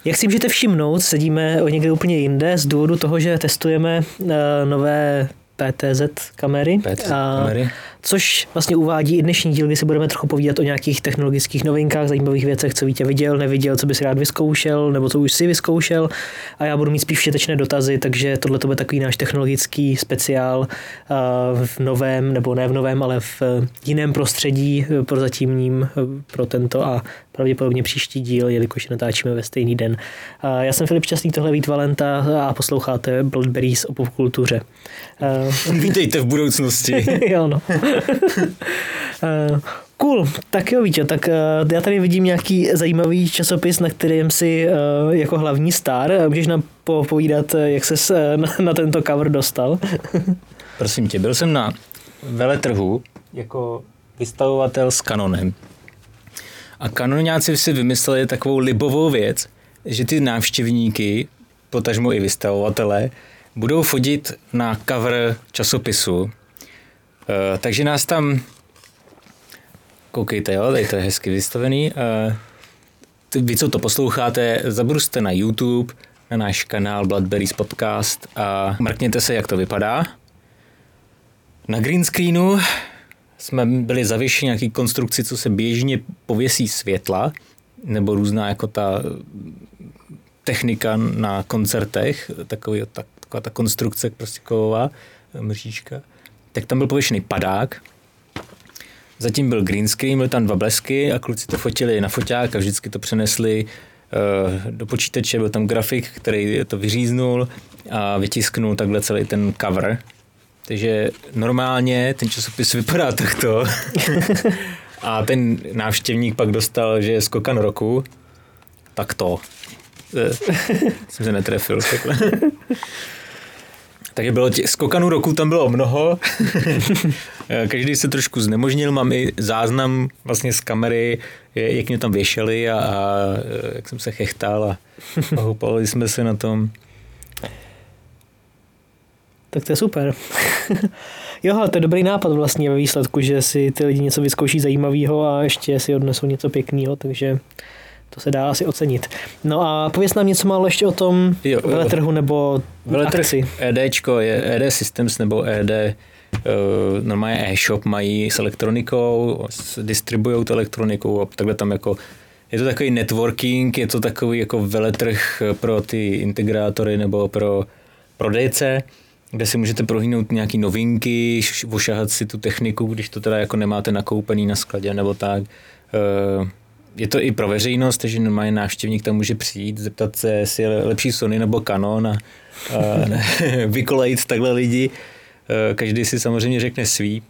Jak si můžete všimnout, sedíme někde úplně jinde z důvodu toho, že testujeme nové PTZ kamery. Což vlastně uvádí i dnešní díl, kdy si budeme trochu povídat o nějakých technologických novinkách, zajímavých věcech, co Vítě viděl, neviděl, co by si rád vyzkoušel, nebo co už si vyzkoušel. A já budu mít spíš všetečné dotazy, takže tohle to bude takový náš technologický speciál v novém, nebo ne v novém, ale v jiném prostředí prozatímním pro tento a pravděpodobně příští díl, jelikož natáčíme ve stejný den. Já jsem Filip Šťastný, tohle Vít Valenta a posloucháte Bloodberries o popkultuře. Vítejte v budoucnosti. Jo, no. Cool, tak jo, Víťo, tak já tady vidím nějaký zajímavý časopis, na kterém si jako hlavní star. Můžeš nám povídat, jak ses na tento cover dostal? Prosím tě, byl jsem na veletrhu jako vystavovatel s Canonem. A Canoniáci si vymysleli takovou libovou věc, že ty návštěvníky, potažmo i vystavovatele, budou fotit na cover časopisu. Takže nás tam, koukejte, jo, tady to je hezky vystavený. Vy, co to posloucháte, zabruste na YouTube, na náš kanál Bloodberries Podcast a mrkněte se, jak to vypadá. Na green screenu jsme byli zavěšeni nějaký konstrukci, co se běžně pověsí světla, nebo různá jako ta technika na koncertech, taková ta konstrukce prostě kovová, mřížka. Tak tam byl pověšený padák, zatím byl green screen, byl tam 2 blesky a kluci to fotili na foťák a vždycky to přenesli do počítače, byl tam grafik, který to vyříznul a vytisknul takhle celý ten cover. Takže normálně ten časopis vypadá takto a ten návštěvník pak dostal, že je skokan roku, tak to. Jsem se netrefil. Takže bylo skokanů roku, tam bylo mnoho. Každý se trošku znemožnil, mám i záznam vlastně z kamery, jak mě tam věšeli a jak jsem se chechtal a houpali jsme se na tom. Tak to je super. Jo, to je dobrý nápad vlastně ve výsledku, že si ty lidi něco vyzkouší zajímavého a ještě si odnesou něco pěkného, takže to se dá asi ocenit. No a pověz nám něco málo ještě o tom veletrhu nebo akci. EDčko je ED Systems nebo ED, normálně e-shop mají s elektronikou, distribujou tu elektroniku a takhle tam jako je to takový networking, je to takový jako veletrh pro ty integrátory nebo pro prodejce, kde si můžete prohlídnout nějaký novinky, ošahat si tu techniku, když to teda jako nemáte nakoupený na skladě nebo tak. Je to i pro veřejnost, takže normálně návštěvník tam může přijít, zeptat se, jestli je lepší Sony nebo Canon a vykolejit takhle lidi. Každý si samozřejmě řekne svý.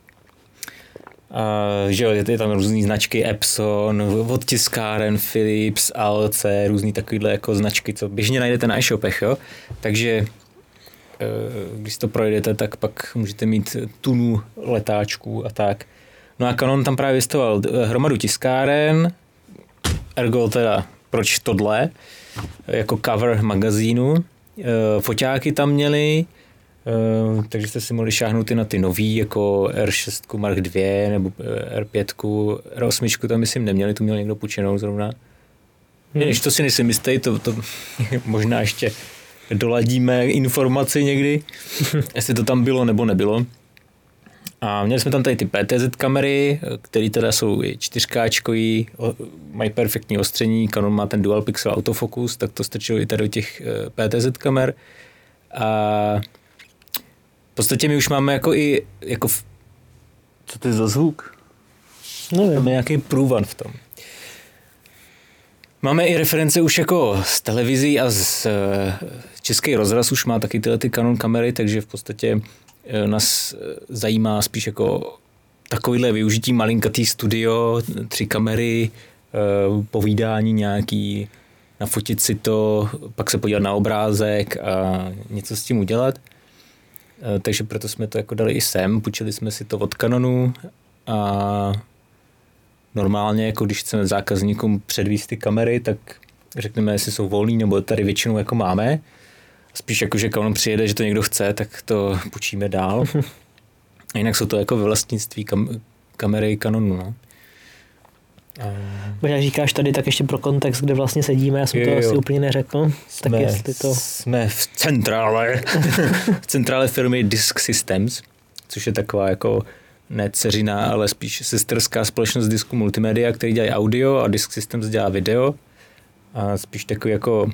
Že jo, je tam různý značky Epson, od tiskáren, Philips, ALC, různý takovýhle jako značky, co běžně najdete na e-shopech, jo. Takže když to projedete, tak pak můžete mít tunu letáčků a tak. No a Canon tam právě vystavoval hromadu tiskáren, ergo teda proč tohle, jako cover magazínu. Foťáky tam měli, takže jste si mohli šáhnout i na ty nový, jako R6 Mark II nebo R5, R8 tam myslím neměli, tu měl někdo půjčenou zrovna. Než to si nejsem jistý, to možná ještě doladíme informaci někdy, jestli to tam bylo nebo nebylo. A měli jsme tam tady ty PTZ kamery, které teda jsou 4Kčkový, mají perfektní ostření, Canon má ten dual pixel autofokus, tak to stačilo i tady do těch PTZ kamer. A v podstatě my už máme jako co to je za zvuk? Nevím. Máme nějaký průvan v tom. Máme i reference už jako z televizí a z Český rozhlas už má taky tyhle ty Canon kamery, takže v podstatě nás zajímá spíš jako takovýhle využití malinkatý studio, 3 kamery, povídání nějaký, nafotit si to, pak se podívat na obrázek a něco s tím udělat. Takže proto jsme to jako dali i sem, půjčili jsme si to od Canonu a normálně, jako když chceme zákazníkům předvíst ty kamery, tak řekneme, jestli jsou volný, nebo tady většinou jako máme. Spíš jako, že Canon přijede, že to někdo chce, tak to půjčíme dál. A jinak jsou to jako ve vlastnictví kamery Canonu. No. Možná říkáš tady tak ještě pro kontext, kde vlastně sedíme, já jsem to asi úplně neřekl. Tak jestli to... Jsme v centrále firmy Disk Systems, což je taková jako ne dceřiná, ale spíš sesterská společnost Disku Multimedia, který dělají audio a Disk Systems dělá video. A spíš takový jako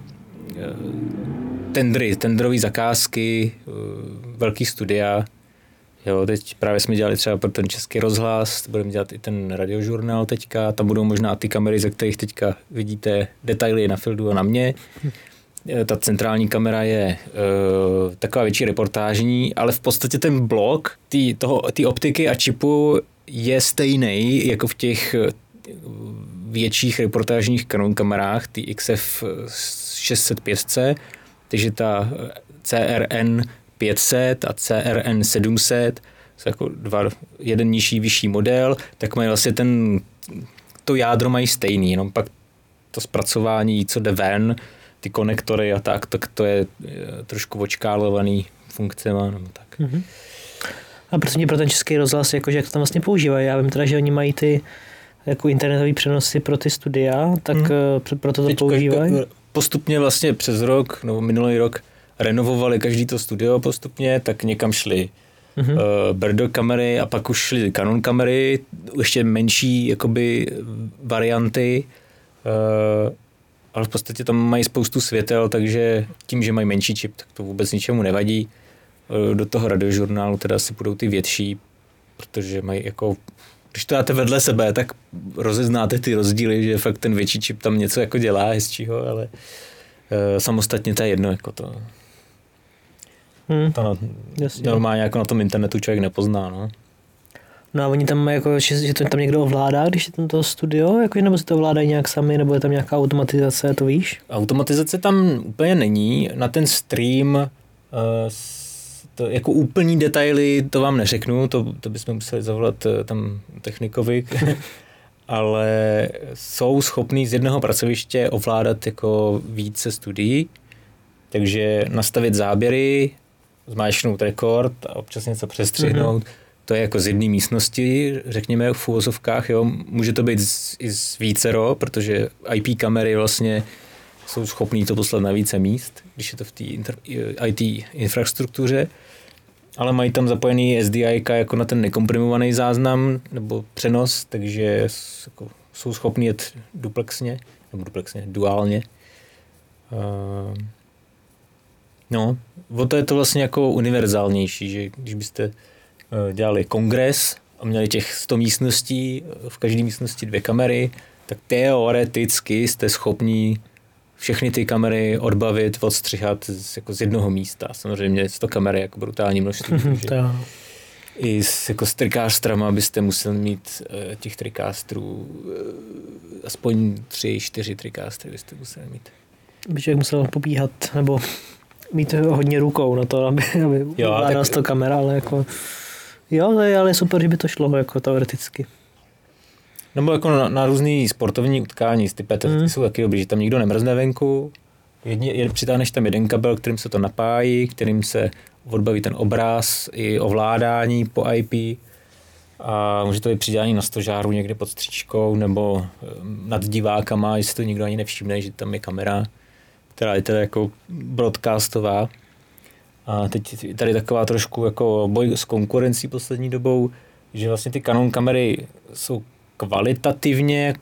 tendrový zakázky, velký studia. Jo, teď právě jsme dělali třeba pro ten Český rozhlas, budeme dělat i ten radiožurnál teďka, tam budou možná ty kamery, ze kterých teďka vidíte detaily na Fildu a na mě. Ta centrální kamera je taková větší reportážní, ale v podstatě ten blok té optiky a čipu je stejný jako v těch větších reportážních Canon kamerách, ty XF 605C, takže ta CRN 500 a CRN 700 jsou jako jeden nižší, vyšší model, tak mají vlastně to jádro mají stejný, jenom pak to zpracování, co jde ven, ty konektory a tak to je trošku odškálovaný funkcema nebo tak. Mm-hmm. A protože pro ten Český rozhlas, jakože jak to tam vlastně používají, já vím teda, že oni mají ty jako internetové přenosy pro ty studia, tak proto to používají? Postupně vlastně přes rok, nebo minulý rok renovovali každý to studio postupně, tak někam šli Birdo kamery a pak už šli Canon kamery, ještě menší jakoby varianty, ale v podstatě tam mají spoustu světel, takže tím, že mají menší čip, tak to vůbec ničemu nevadí. Do toho radiožurnálu teda si budou ty větší, protože mají jako, když to dáte vedle sebe, tak rozeznáte ty rozdíly, že fakt ten větší čip tam něco jako dělá hezčího, ale samostatně to je jedno, jako to normálně jako na tom internetu člověk nepozná, no. No a oni tam jako, že to tam někdo ovládá, když je tam to studio, jako, nebo si to ovládají nějak sami, nebo je tam nějaká automatizace, to víš? Automatizace tam úplně není, na ten stream to jako úplný detaily to vám neřeknu, to bychom museli zavolat tam technikovi, ale jsou schopní z jednoho pracoviště ovládat jako více studií, takže nastavit záběry, zmáčknout rekord a občas něco přestřihnout. To je jako z jedné místnosti, řekněme v uvozovkách, jo. Může to být i z vícero, protože IP kamery vlastně jsou schopní to poslat na více míst, když je to v té IT infrastruktuře, ale mají tam zapojený SDI jako na ten nekomprimovaný záznam nebo přenos, takže jako jsou schopní jet duálně. No, o to je to vlastně jako univerzálnější, že když byste dělali kongres a měli těch 100 místností, v každé místnosti 2 kamery, tak teoreticky jste schopní všechny ty kamery odbavit, odstřihat jako z jednoho místa. Samozřejmě 100 kamer je jako brutální množství. I s trikástrama byste museli mít těch trikástrů aspoň 3-4 trikástry byste museli mít. By člověk musel pobíhat, nebo mít hodně rukou na to, aby ovládal 100 kamer, ale jako jo, ale je super, že by to šlo jako teoreticky. Nebo jako na různý sportovní utkání, ty PTZ jsou taky dobrý, že tam nikdo nemrzne venku, přitáhneš tam jeden kabel, kterým se to napájí, kterým se odbaví ten obraz i ovládání po IP a může to být přidělání na stožáru někde pod stříčkou nebo nad divákama, jestli to nikdo ani nevšimne, že tam je kamera, která je teda jako broadcastová. A teď tady taková trošku jako boj s konkurencí poslední dobou, že vlastně ty Canon kamery jsou kvalitativně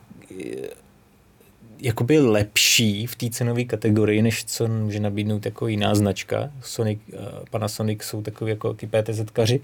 jakoby lepší v té cenové kategorii, než co může nabídnout jako jiná značka. Sonic, Panasonic jsou takový jako ty PTZ-kaři.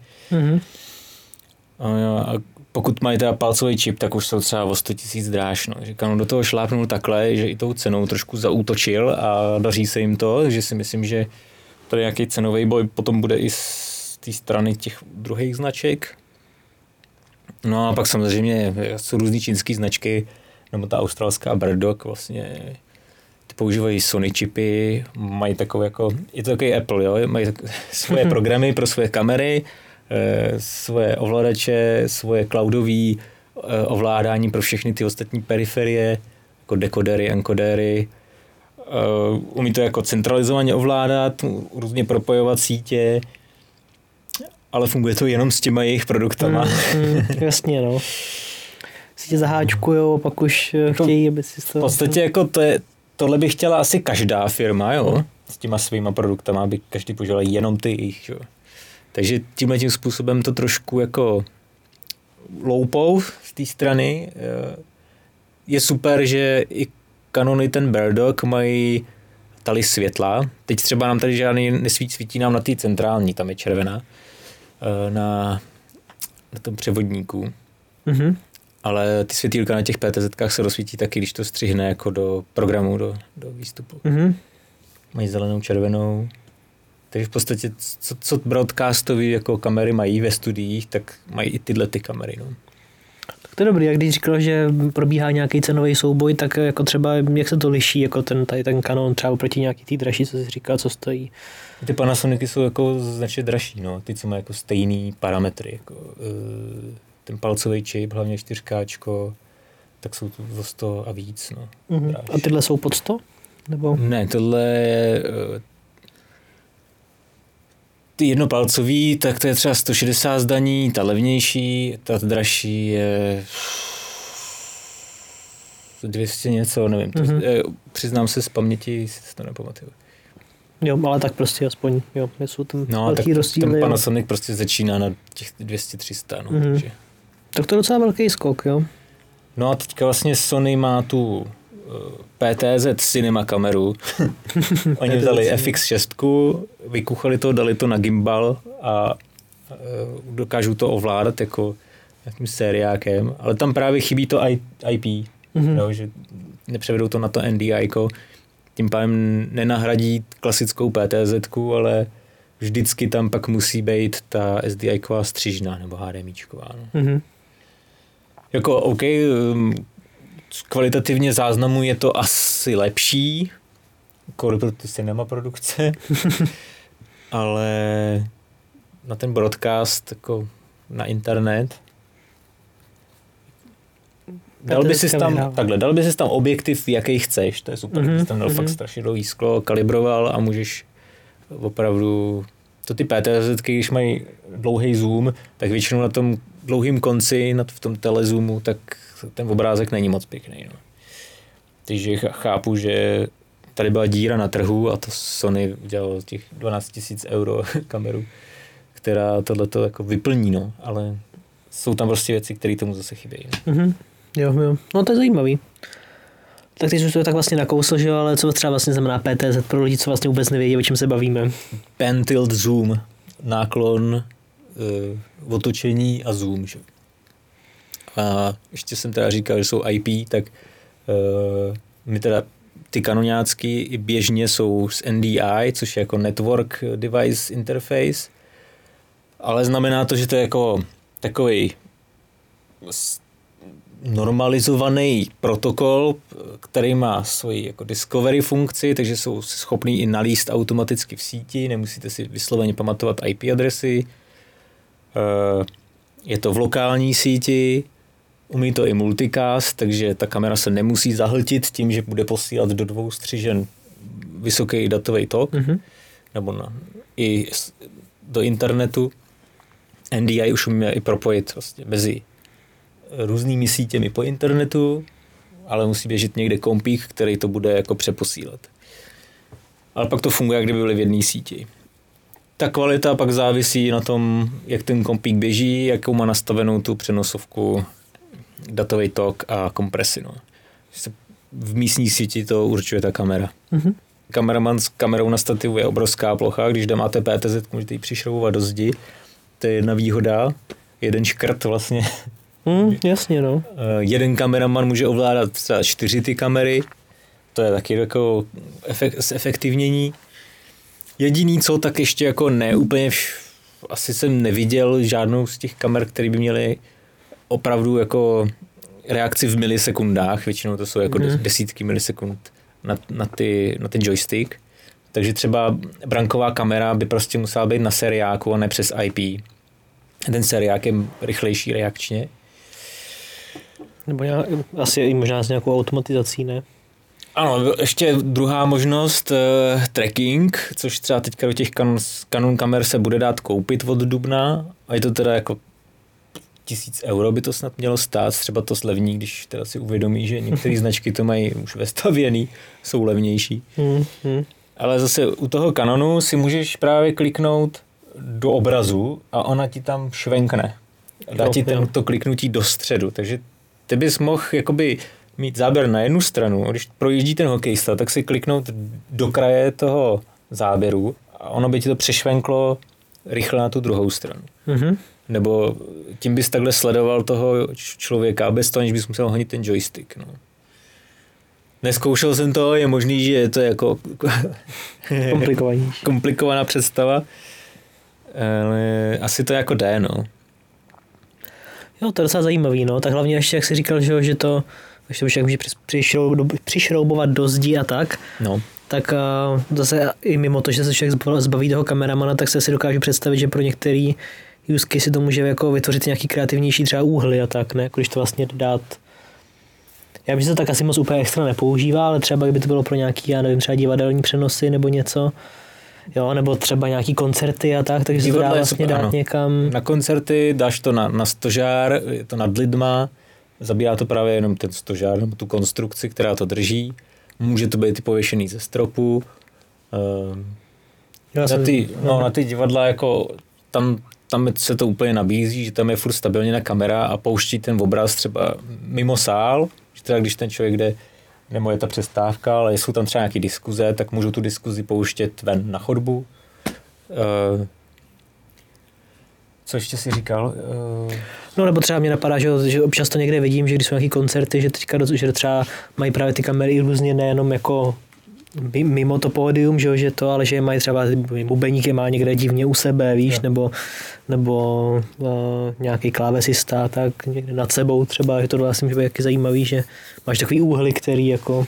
A pokud mají teda palcový čip, tak už jsou třeba o 100 000 dráž. No. Že Canon do toho šlápnul takhle, že i tou cenou trošku zaútočil a daří se jim to, že si myslím, že tady nějaký cenový boj potom bude i z té strany těch druhých značek. No a pak samozřejmě jsou různý čínský značky, nebo ta australská Birdo, vlastně ty používají Sony čipy, mají takové jako, je to takový Apple, jo? Mají svoje programy pro svoje kamery, svoje ovladače, svoje cloudové ovládání pro všechny ty ostatní periferie, jako dekodery, enkodery. Umí to jako centralizovaně ovládat, různě propojovat sítě, ale funguje to jenom s těma jejich produktama. Jasně, no. si tě zaháčkujou a pak už chtějí, aby si to... V podstatě jako tohle by chtěla asi každá firma, jo, s těma svýma produktama, aby každý používal jenom ty jich, jo. Takže tímhle způsobem to trošku jako loupou z té strany. Je super, že i Canony ten Bardog mají taly světla. Teď třeba nám tady žádný svítí nám na té centrální, tam je červená, na tom převodníku. Mm-hmm. Ale ty světýlka na těch PTZ-kách se rozsvítí taky, když to střihne jako do programu, do výstupu. Mm-hmm. Mají zelenou, červenou. Takže v podstatě, co broadcastové jako kamery mají ve studiích, tak mají i tyhle ty kamery. No. Tak to je dobrý, jak když říkal, že probíhá nějaký cenový souboj, tak jako třeba jak se to liší, jako ten Canon třeba oproti nějaký tý dražší, co jsi říkal, co stojí? Ty Panasonicy jsou jako značně dražší, no. Ty, co mají jako stejný parametry, jako ten palcový čip, hlavně 4K, tak jsou tu o 100 a víc, no. Mm-hmm. A tyhle jsou pod 100? Nebo? Ne, tohle je ty jednopalcový, tak to je třeba 160 zdaní, ta levnější, ta dražší je 200 něco, nevím. Mm-hmm. Přiznám se z paměti, si to nepamatuju. Jo, ale tak prostě aspoň, jo, jsou tam velký rozdíly. Ten Panasonic prostě začíná na těch 200-300, no. Mm-hmm. Takže. Tak to je docela velký skok, jo. No a teďka vlastně Sony má tu PTZ Cinema kameru. Oni vzali FX6, vykuchali to, dali to na gimbal a dokážou to ovládat jako nějakým sériákem, ale tam právě chybí to IP, jo, že nepřevedou to na to NDI, tím pádem nenahradí klasickou PTZ, ale vždycky tam pak musí být ta SDI-ková střižna nebo HDMIčková. No. Mm-hmm. Jako OK, kvalitativně záznamu je to asi lepší, kvůli pro ty cinema produkce, ale na ten broadcast, jako na internet, dal by si tam objektiv, jaký chceš, to je super, mm-hmm. Tam dal fakt strašně dlouhý sklo, kalibroval a můžeš opravdu, to ty PTZ, když mají dlouhý zoom, tak většinou na tom dlouhým konci, v tom telezoomu, tak ten obrázek není moc pěkný. No. Takže chápu, že tady byla díra na trhu a to Sony udělalo těch 12 000 euro kameru, která tohleto jako vyplní, no, ale jsou tam prostě věci, které tomu zase chybějí. No. Mm-hmm. Jo. No to je zajímavý. Tak ty jsi to tak vlastně nakousl, že jo, ale co třeba vlastně znamená PTZ pro lidi, co vlastně vůbec nevědí, o čem se bavíme? Pan tilt zoom, náklon, otočení a zoom, že? A ještě jsem teda říkal, že jsou IP, tak my teda ty kanoňácky i běžně jsou s NDI, což je jako Network Device Interface, ale znamená to, že to je jako takový normalizovaný protokol, který má svoji jako discovery funkci, takže jsou schopný i nalíst automaticky v síti, nemusíte si vysloveně pamatovat IP adresy. Je to v lokální síti, umí to i multicast, takže ta kamera se nemusí zahltit tím, že bude posílat do 2 střižen vysoký datový tok, nebo i do internetu. NDI už umíme i propojit vlastně mezi různými sítěmi po internetu, ale musí běžet někde kompík, který to bude jako přeposílat. Ale pak to funguje, jak kdyby byly v jedné síti. Ta kvalita pak závisí na tom, jak ten kompík běží, jakou má nastavenou tu přenosovku, datový tok a kompresi. No. V místní síti to určuje ta kamera. Mm-hmm. Kameraman s kamerou na stativu je obrovská plocha, když máte PTZ, můžete ji přišroubovat do zdi. To je jedna výhoda, jeden škrt vlastně. Jasně, no. Jeden kameraman může ovládat třeba 4 ty kamery, to je taky jako zefektivnění. Jediný co, tak ještě jako ne úplně, asi jsem neviděl žádnou z těch kamer, které by měly opravdu jako reakci v milisekundách, většinou to jsou jako desítky milisekund na ten joystick. Takže třeba branková kamera by prostě musela být na seriáku a ne přes IP. Ten seriák je rychlejší reakčně. Nebo asi i možná s nějakou automatizací, ne? Ano, ještě druhá možnost, tracking, což třeba teďka do těch Canon kamer se bude dát koupit od dubna a je to teda jako 1000 euro by to snad mělo stát, třeba to slevní, když teda si uvědomí, že některé značky to mají už vestavěný, jsou levnější. Ale zase u toho Canonu si můžeš právě kliknout do obrazu a ona ti tam švenkne. Dá ti to kliknutí do středu, takže ty bys mohl jakoby mít záběr na jednu stranu, když projíždí ten hokejista, tak si kliknout do kraje toho záběru a ono by ti to přešvenklo rychle na tu druhou stranu. Nebo tím bys takhle sledoval toho člověka, bez toho, než bys musel honit ten joystick. No. Neskoušel jsem to, je možný, že je to jako komplikovaná představa, ale asi to jako jde, no. Jo, to je docela zajímavý, no. Tak hlavně ještě, jak jsi říkal, že to ještě může přišroubovat do zdí a tak, no. Tak zase i mimo to, že se člověk zbaví toho kameramana, tak se si dokážu představit, že pro některý use case to může jako vytvořit nějaký kreativnější třeba úhly a tak, ne? Jako když to vlastně dát. Já myslím, že to tak asi moc úplně extra nepoužívá, ale třeba kdyby to bylo pro nějaký, já nevím, třeba divadelní přenosy nebo něco, jo, nebo třeba nějaký koncerty a tak, takže se to dá vlastně dát někam. Na koncerty dáš to na stožár, je to nad lidma, zabírá to právě jenom ten stožár nebo tu konstrukci, která to drží. Může to být pověšený ze stropu. Na ty divadla jako tam se to úplně nabízí, že tam je furt stabilněná kamera a pouští ten obraz třeba mimo sál, že teda když ten člověk jde, nebo je ta přestávka, ale jsou tam třeba nějaké diskuze, tak můžou tu diskuzi pouštět ven na chodbu. Co ještě jsi říkal? No nebo třeba mě napadá, že občas to někde vidím, že když jsou nějaký koncerty, že třeba mají právě ty kamery různě nejenom jako mimo to pódium, že to, ale že mají třeba bubeník je má někde divně u sebe, víš, nebo nějaký klávesista, tak někde nad sebou třeba, že to vlastně může být jaký zajímavý, že máš takový úhly, který jako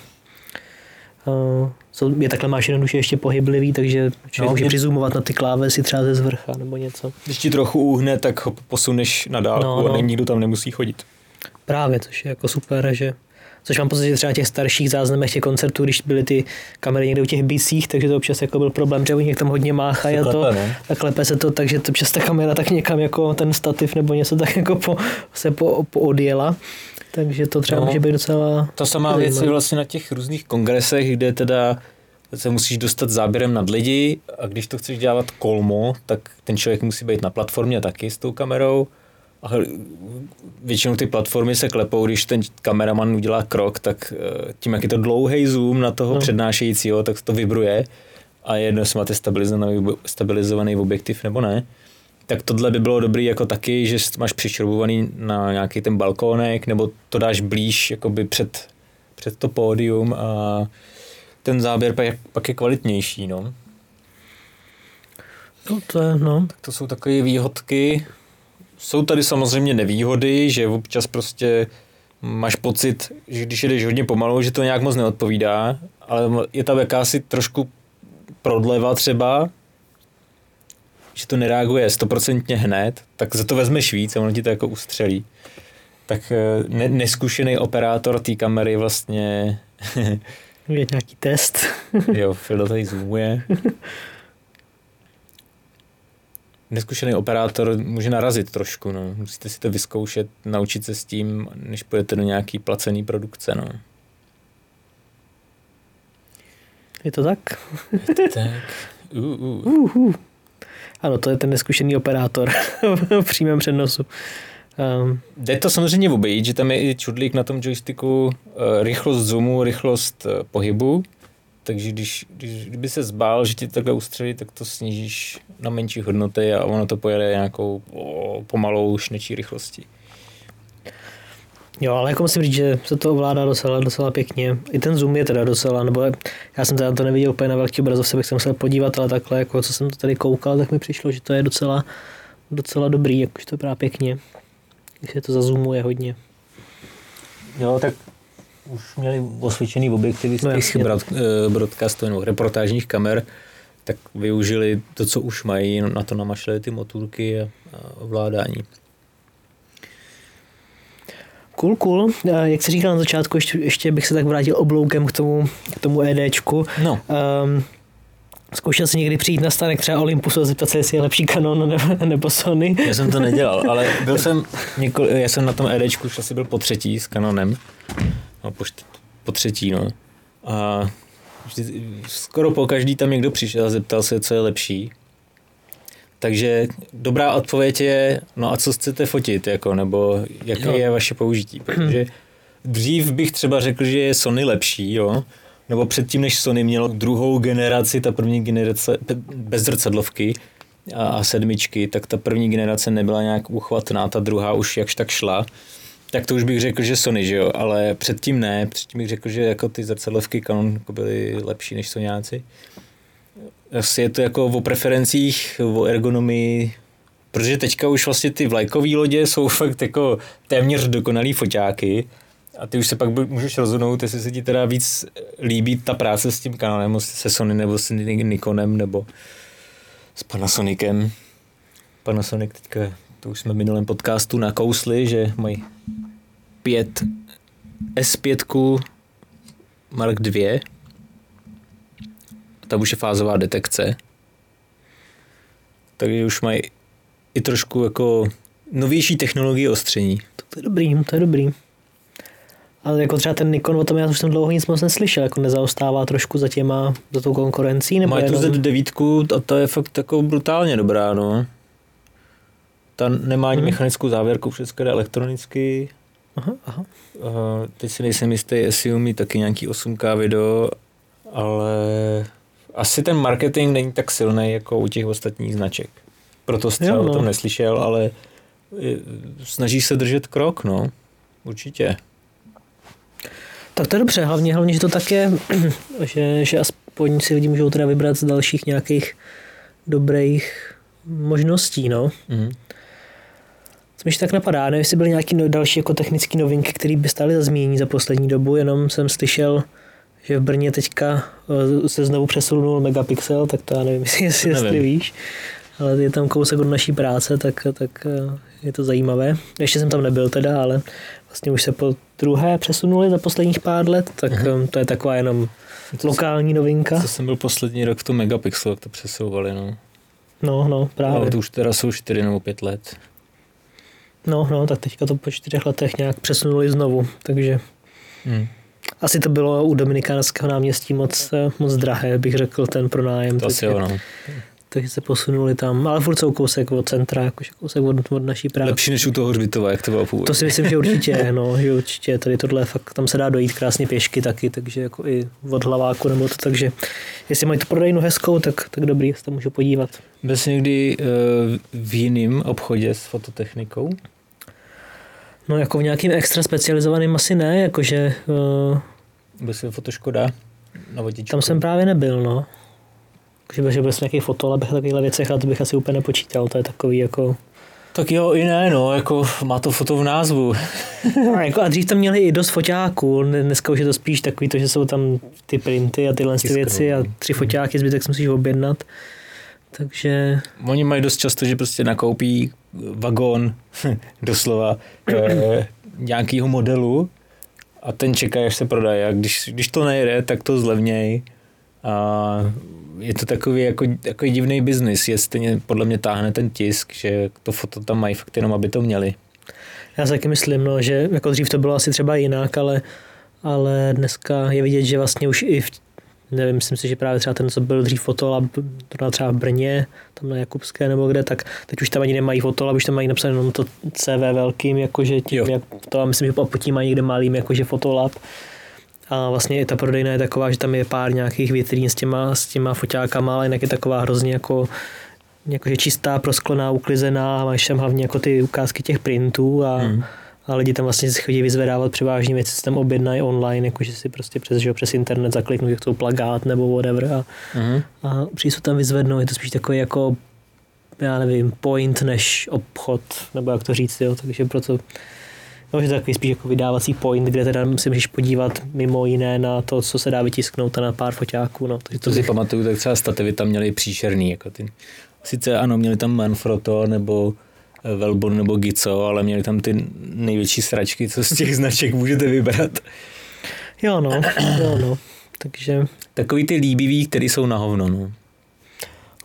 je takhle máš jednoduše ještě pohyblivý, takže člověk může přizumovat na ty klávesy třeba ze zvrcha nebo něco. Když ti trochu uhne, tak ho posuneš na dálku a nikdo tam nemusí chodit. Právě, což je jako super, že což mám pocit, že třeba těch starších záznamech těch koncertů, když byly ty kamery někde u těch bicích, takže to občas jako byl problém, že oni tam hodně máchají a klepe se to, takže to občas ta kamera tak někam jako ten stativ nebo něco tak jako poodjela. Takže to třeba může být docela... To samá věc je vlastně na těch různých kongresech, kde teda se musíš dostat záběrem nad lidi a když to chceš dělat kolmo, tak ten člověk musí být na platformě taky s tou kamerou. A většinou ty platformy se klepou, když ten kameraman udělá krok, tak tím, jak je to dlouhý zoom na toho přednášejícího, tak to vibruje a je jedno, jestli máte stabilizovaný objektiv nebo ne. Tak tohle by bylo dobrý jako taky, že máš přišroubovaný na nějaký ten balkónek, nebo to dáš blíž jakoby před to pódium a ten záběr pak je kvalitnější, no. Tak to jsou takové výhodky. Jsou tady samozřejmě nevýhody, že občas prostě máš pocit, že když jedeš hodně pomalu, že to nějak moc neodpovídá, ale je tam jakási trošku prodleva třeba, že to nereaguje 100% hned, tak za to vezmeš víc a ono ti to jako ustřelí. Tak neskušený operátor té kamery vlastně... Je nějaký test. Jo, Phil tady zoomuje. Neskušený operátor může narazit trošku, no. Musíte si to vyzkoušet, naučit se s tím, než půjdete do nějaký placený produkce, no. Je to tak? Je to tak. Ano, to je ten neskušený operátor v přímém přenosu. Jde to samozřejmě obejít, že tam je i čudlík na tom joysticku, rychlost zoomu, rychlost pohybu, takže kdyby se zbál, že ti takhle ustřelí, tak to snížíš na menší hodnoty a ono to pojede nějakou pomalou šnečí rychlostí. Jo, ale jako musím říct, že se to ovládá docela pěkně. I ten zoom je teda docela, nebo já jsem teda to neviděl úplně na velký obrazovce, bych se musel podívat, ale takhle, jako co jsem to tady koukal, tak mi přišlo, že to je docela dobrý, jakože to vypadá pěkně, když se to zazoomuje hodně. Jo, tak už měli osvědčený objektivy z těch broadcastů nebo reportážních kamer, tak využili to, co už mají, na to namašlili ty motůrky a ovládání. Cool. Jak jsi říkal na začátku, ještě bych se tak vrátil obloukem k tomu EDčku. No. Zkoušel jsi někdy přijít na stánek třeba Olympusu a zeptat se, jestli je lepší Canon nebo Sony? Já jsem to nedělal, ale já jsem na tom EDčku už asi byl po třetí s Canonem. No, po třetí, no. A skoro po každý tam někdo přišel a zeptal se, co je lepší. Takže dobrá odpověď je, no a co chcete fotit, jako, nebo jaké je vaše použití, protože dřív bych třeba řekl, že je Sony lepší, jo, nebo předtím, než Sony mělo druhou generaci, ta první generace bez zrcadlovky a sedmičky, tak ta první generace nebyla nějak uchvatná, ta druhá už jakž tak šla, tak to už bych řekl, že Sony, že jo, ale předtím ne, předtím bych řekl, že jako ty zrcadlovky Canon jako byly lepší než Sonyáci. Asi je to jako o preferencích, o ergonomii, protože teďka už vlastně ty vlajkové lodě jsou fakt jako téměř dokonalý foťáky a ty už se pak můžeš rozhodnout, jestli se ti teda víc líbí ta práce s tím Canonem, se Sony nebo s Nikonem nebo s Panasonicem. Panasonic teďka, to už jsme v minulém podcastu nakousli, že mají S5 Mark II. Tam už je fázová detekce. Takže už mají i trošku jako novější technologie ostření. To je dobrý. Ale jako třeba ten Nikon, o tom já už jsem dlouho nic moc neslyšel, jako nezaostává trošku za tou konkurencí? Nebo mají tu Z9 a ta je fakt jako brutálně dobrá, no. Ta nemá ani mechanickou závěrku, všechno jde elektronicky. Aha. Teď si nejsem jistý, jestli umí taky nějaký 8K video, ale asi ten marketing není tak silný jako u těch ostatních značek. Proto jsi třeba o tom neslyšel, ale snaží se držet krok, no. Určitě. Tak to je dobře, hlavně, že to tak je, že aspoň si lidi můžou teda vybrat z dalších nějakých dobrých možností, no. Co mi tak napadá, nevím, jestli byly nějaké další jako technické novinky, které by stály za zmínění za poslední dobu, jenom jsem slyšel, že v Brně teďka se znovu přesunul megapixel, tak to já nevím, jestli víš, ale je tam kousek od naší práce, tak je to zajímavé. Ještě jsem tam nebyl teda, ale vlastně už se po druhé přesunuli za posledních pár let, tak to je taková jenom lokální novinka. To jsem byl poslední rok v tom megapixelu, jak to přesouvali, no. No, právě. Ale to už teda jsou 4 nebo 5 let. No, tak teďka to po 4 letech nějak přesunuli znovu, takže asi to bylo u Dominikánského náměstí moc drahé, bych řekl, ten pronájem. To asi jo, no. Takže se posunuli tam, ale furt jsou kousek od centra, jakože kousek od naší práce. Lepší než u toho Hřbitova, jak to bylo původně. To si myslím, že určitě, tady tohle fakt, tam se dá dojít krásně pěšky taky, takže jako i od Hlaváku nebo to, takže jestli mají tu prodejnu hezkou, tak dobrý, se tam můžu podívat. Byl jsi někdy v jiném obchodě s fototechnikou? No jako v nějakým extra specializovaným asi ne, jakože... Byl jsi Fotoškoda na Vodičku? Tam jsem právě nebyl, no. Že byl jsem nějaký fotolab, takovýhle věcech, ale to bych asi úplně nepočítal, to je takový jako... Tak jo, i ne, no, jako má to foto v názvu. A dřív tam měli i dost foťáků, dneska už je to spíš takový to, že jsou tam ty printy a tyhle věci a 3 foťáky, zbytek si musíš objednat. Takže... Oni mají dost často, že prostě nakoupí vagón, doslova, nějakýho modelu a ten čeká, až se prodaje. A když to nejde, tak to zlevněj. A je to takový jako divný biznis. Je stejně podle mě táhne ten tisk, že to foto tam mají fakt jenom, aby to měli. Já si taky myslím, no, že jako dřív to bylo asi třeba jinak, ale dneska je vidět, že vlastně už i nevím, myslím si, že právě třeba ten, co byl dřív fotolab, třeba v Brně, tam na Jakubské nebo kde, tak teď už tam ani nemají fotolab, už tam mají napsané jenom to CV velkým, jakože tím, jak to, a myslím, že pod tím mají někde malým, jakože fotolab. A vlastně i ta prodejna je taková, že tam je pár nějakých vitrín s těma foťákama, ale jinak je taková hrozně jakože čistá, prosklená, uklizená, máš tam hlavně jako ty ukázky těch printů a lidi tam vlastně si chodí vyzvedávat převážně věci, co tam objednají online, jakože si prostě přes internet zakliknou, jak to plagát nebo whatever a přijde tam vyzvednou, je to spíš takový jako, já nevím, point než obchod, nebo jak to říct, jo, takže proto no, že to takový spíš jako vydávací point, kde teda si můžeš podívat mimo jiné na to, co se dá vytisknout a na pár foťáků. No. Takže to si pamatuju, tak třeba stativy tam měli příšerný. Jako ty. Sice ano, měli tam Manfrotto nebo Velbon nebo Gico, ale měli tam ty největší sračky, co z těch značek můžete vybrat. Jo no. Takže... Takový ty líbivý, který jsou na hovno, no.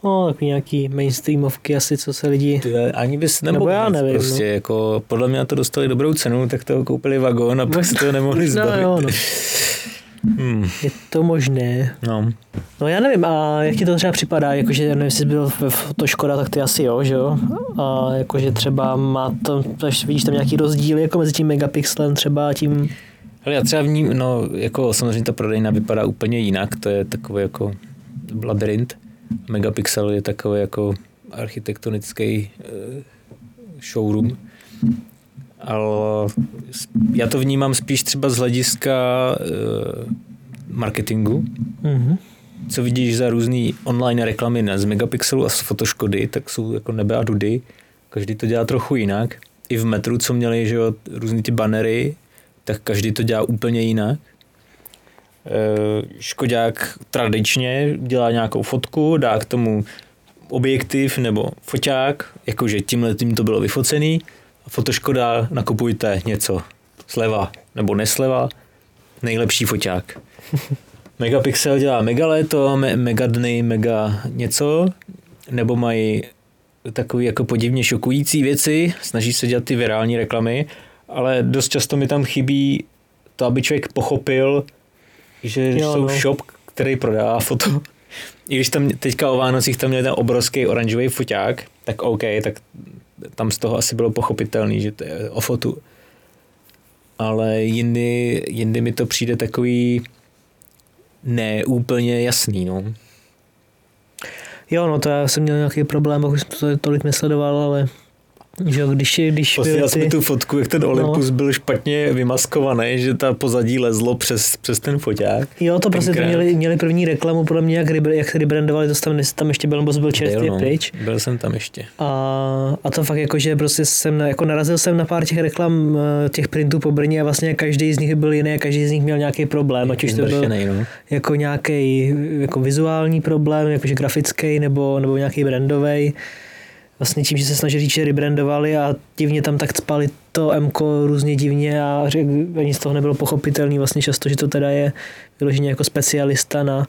No, takový nějaký mainstreamovky asi, co se lidi... Ani bys nemohl já nevím, prostě, no. Jako podle mě to dostali dobrou cenu, tak to koupili vagón a pak si to nemohli zbavit. No. Je to možné. No já nevím, a jak ti to třeba připadá, jakože nevím, jestli jsi byl to Škoda, tak ty asi jo, že jo? A jakože třeba má to, vidíš tam nějaký rozdíl jako mezi tím megapixelem třeba tím... Hele, já třeba jako samozřejmě ta prodejna vypadá úplně jinak, to je takový jako labirint. Megapixel je takový jako architektonický showroom. Ale já to vnímám spíš třeba z hlediska marketingu. Mm-hmm. Co vidíš za různý online reklamy z Megapixelu a z Fotoškody, tak jsou jako nebe a dudy. Každý to dělá trochu jinak. I v metru, co měli, že jo, různý ty bannery, tak každý to dělá úplně jinak. Škodák tradičně dělá nějakou fotku, dá k tomu objektiv nebo foťák, jakože tímhletím to bylo vyfocený. A Fotoškoda, nakupujte něco sleva nebo nesleva, nejlepší foťák. Megapixel dělá mega léto, mega dny, mega něco, nebo mají takový jako podivně šokující věci, snaží se dělat ty virální reklamy, ale dost často mi tam chybí to, aby člověk pochopil, že jsou shop, který prodává foto. I když tam teďka o Vánocích tam měl ten obrovský oranžový foťák, tak OK, tak tam z toho asi bylo pochopitelný, že to je o fotu. Ale jindy mi to přijde takový neúplně jasný, no. Jo, no to já jsem měl nějaký problém, už jsem to tolik nesledoval, ale že když posílal jsem tu fotku, jak ten Olympus byl špatně vymaskovaný, že ta pozadí lezlo přes ten foťák. Jo, to prostě to měli první reklamu, podle mě, jak rebrandovali, to tam ještě byl, nebo byl čerstvě pryč. Byl jsem tam ještě. A to fakt jako, že prostě narazil jsem na pár těch reklam, těch printů po Brně a vlastně každý z nich byl jiný a každý z nich měl nějaký problém, ať už to byl jako nějaký jako vizuální problém, jakože grafický nebo nějaký brandový. Vlastně tím, že se snažili říct, že rebrandovali a divně tam tak cpali to M-ko různě divně a ani z toho nebylo pochopitelný vlastně často, že to teda je vyloženě jako specialista na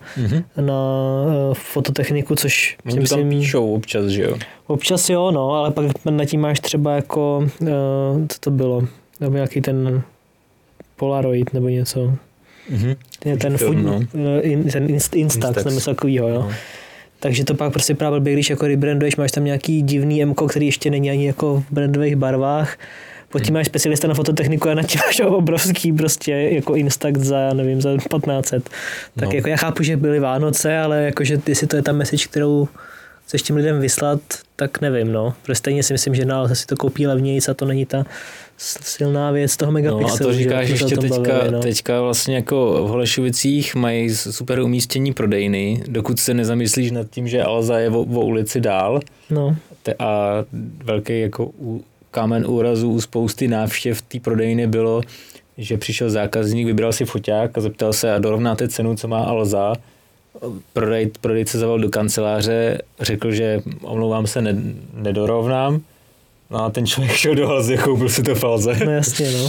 fototechniku, což si myslím... tam píšou občas, že jo? Občas jo, no, ale pak nad tím máš třeba jako, co to bylo, nebo nějaký ten Polaroid nebo něco. Ten Instax nebo takovýho, jo. No. Takže to pak prostě právě blbě, když jako rebranduješ, máš tam nějaký divný M-ko, který ještě není ani jako v brandových barvách. Potom máš specialista na fototechniku a na tím máš obrovský prostě jako Instax za 1500. Tak jako já chápu, že byly Vánoce, ale jakože jestli to je ta message, kterou chceš těm lidem vyslat, tak nevím, no. Prostě stejně si myslím, že nález si to koupí levnějc a to není ta silná věc toho megapixelu. No a to říkáš ještě teďka vlastně jako v Holešovicích mají super umístění prodejny, dokud se nezamyslíš nad tím, že Alza je o ulici dál. No. A velký jako kámen úrazu u spousty návštěv té prodejny bylo, že přišel zákazník, vybral si foťák a zeptal se, a dorovnáte cenu, co má Alza. Prodejce zavolal do kanceláře, řekl, že omlouvám se, nedorovnám. No a ten člověk šel do Alzy a koupil si to v Alze. No jasně, no.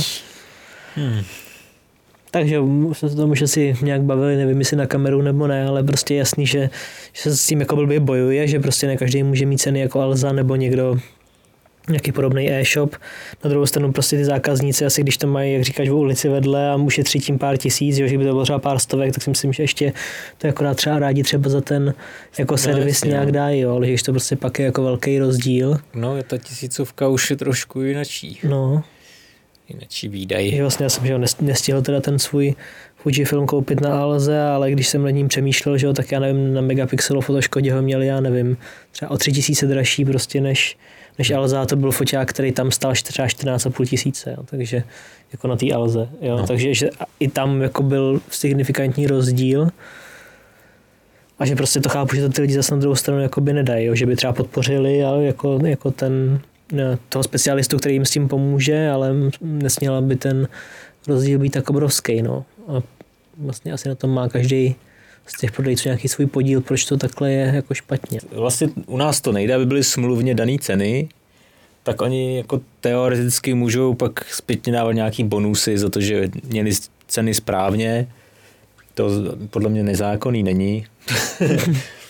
Takže jsme se tomu už asi nějak bavili, nevím, jestli na kameru nebo ne, ale prostě jasný, že se s tím jako blbě bojuje, že prostě ne každý může mít ceny jako Alza nebo někdo nějaký podobný e-shop. Na druhou stranu prostě ty zákazníci, asi když to mají, jak říkáš, v ulici vedle a ušetří tím pár tisíc, že by to bylo třeba pár stovek, tak si myslím, že ještě to akorát třeba rádi třeba za ten jako servis nějak dají, jo, ale když to prostě pak je jako velký rozdíl. No, ta 1000 už je trošku jinačí. No. Jinačí výdaj. Vlastně já jsem že nestihl teda ten svůj Fujifilm koupit na Alze, ale když jsem nad ním přemýšlel, že jo, tak já nevím, na Megapixelu Fotoškodě ho měli, já nevím, třeba o 3000 dražší prostě než Alza, to byl foťák, který tam stál třeba 14,5 tisíce, jo, takže jako na té Alze, jo, no. Takže že i tam jako byl signifikantní rozdíl a že prostě to chápu, že to ty lidi zase na druhou stranu jakoby nedají, jo, že by třeba podpořili, ale jako ten toho specialistu, který jim s tím pomůže, ale nesměla by ten rozdíl být tak obrovský, no. A vlastně asi na tom má každý z těch prodejců nějaký svůj podíl, proč to takhle je jako špatně. Vlastně u nás to nejde, aby byly smluvně dané ceny, tak oni jako teoreticky můžou pak zpětně dávat nějaký bonusy za to, že měli ceny správně. To podle mě nezákonný není.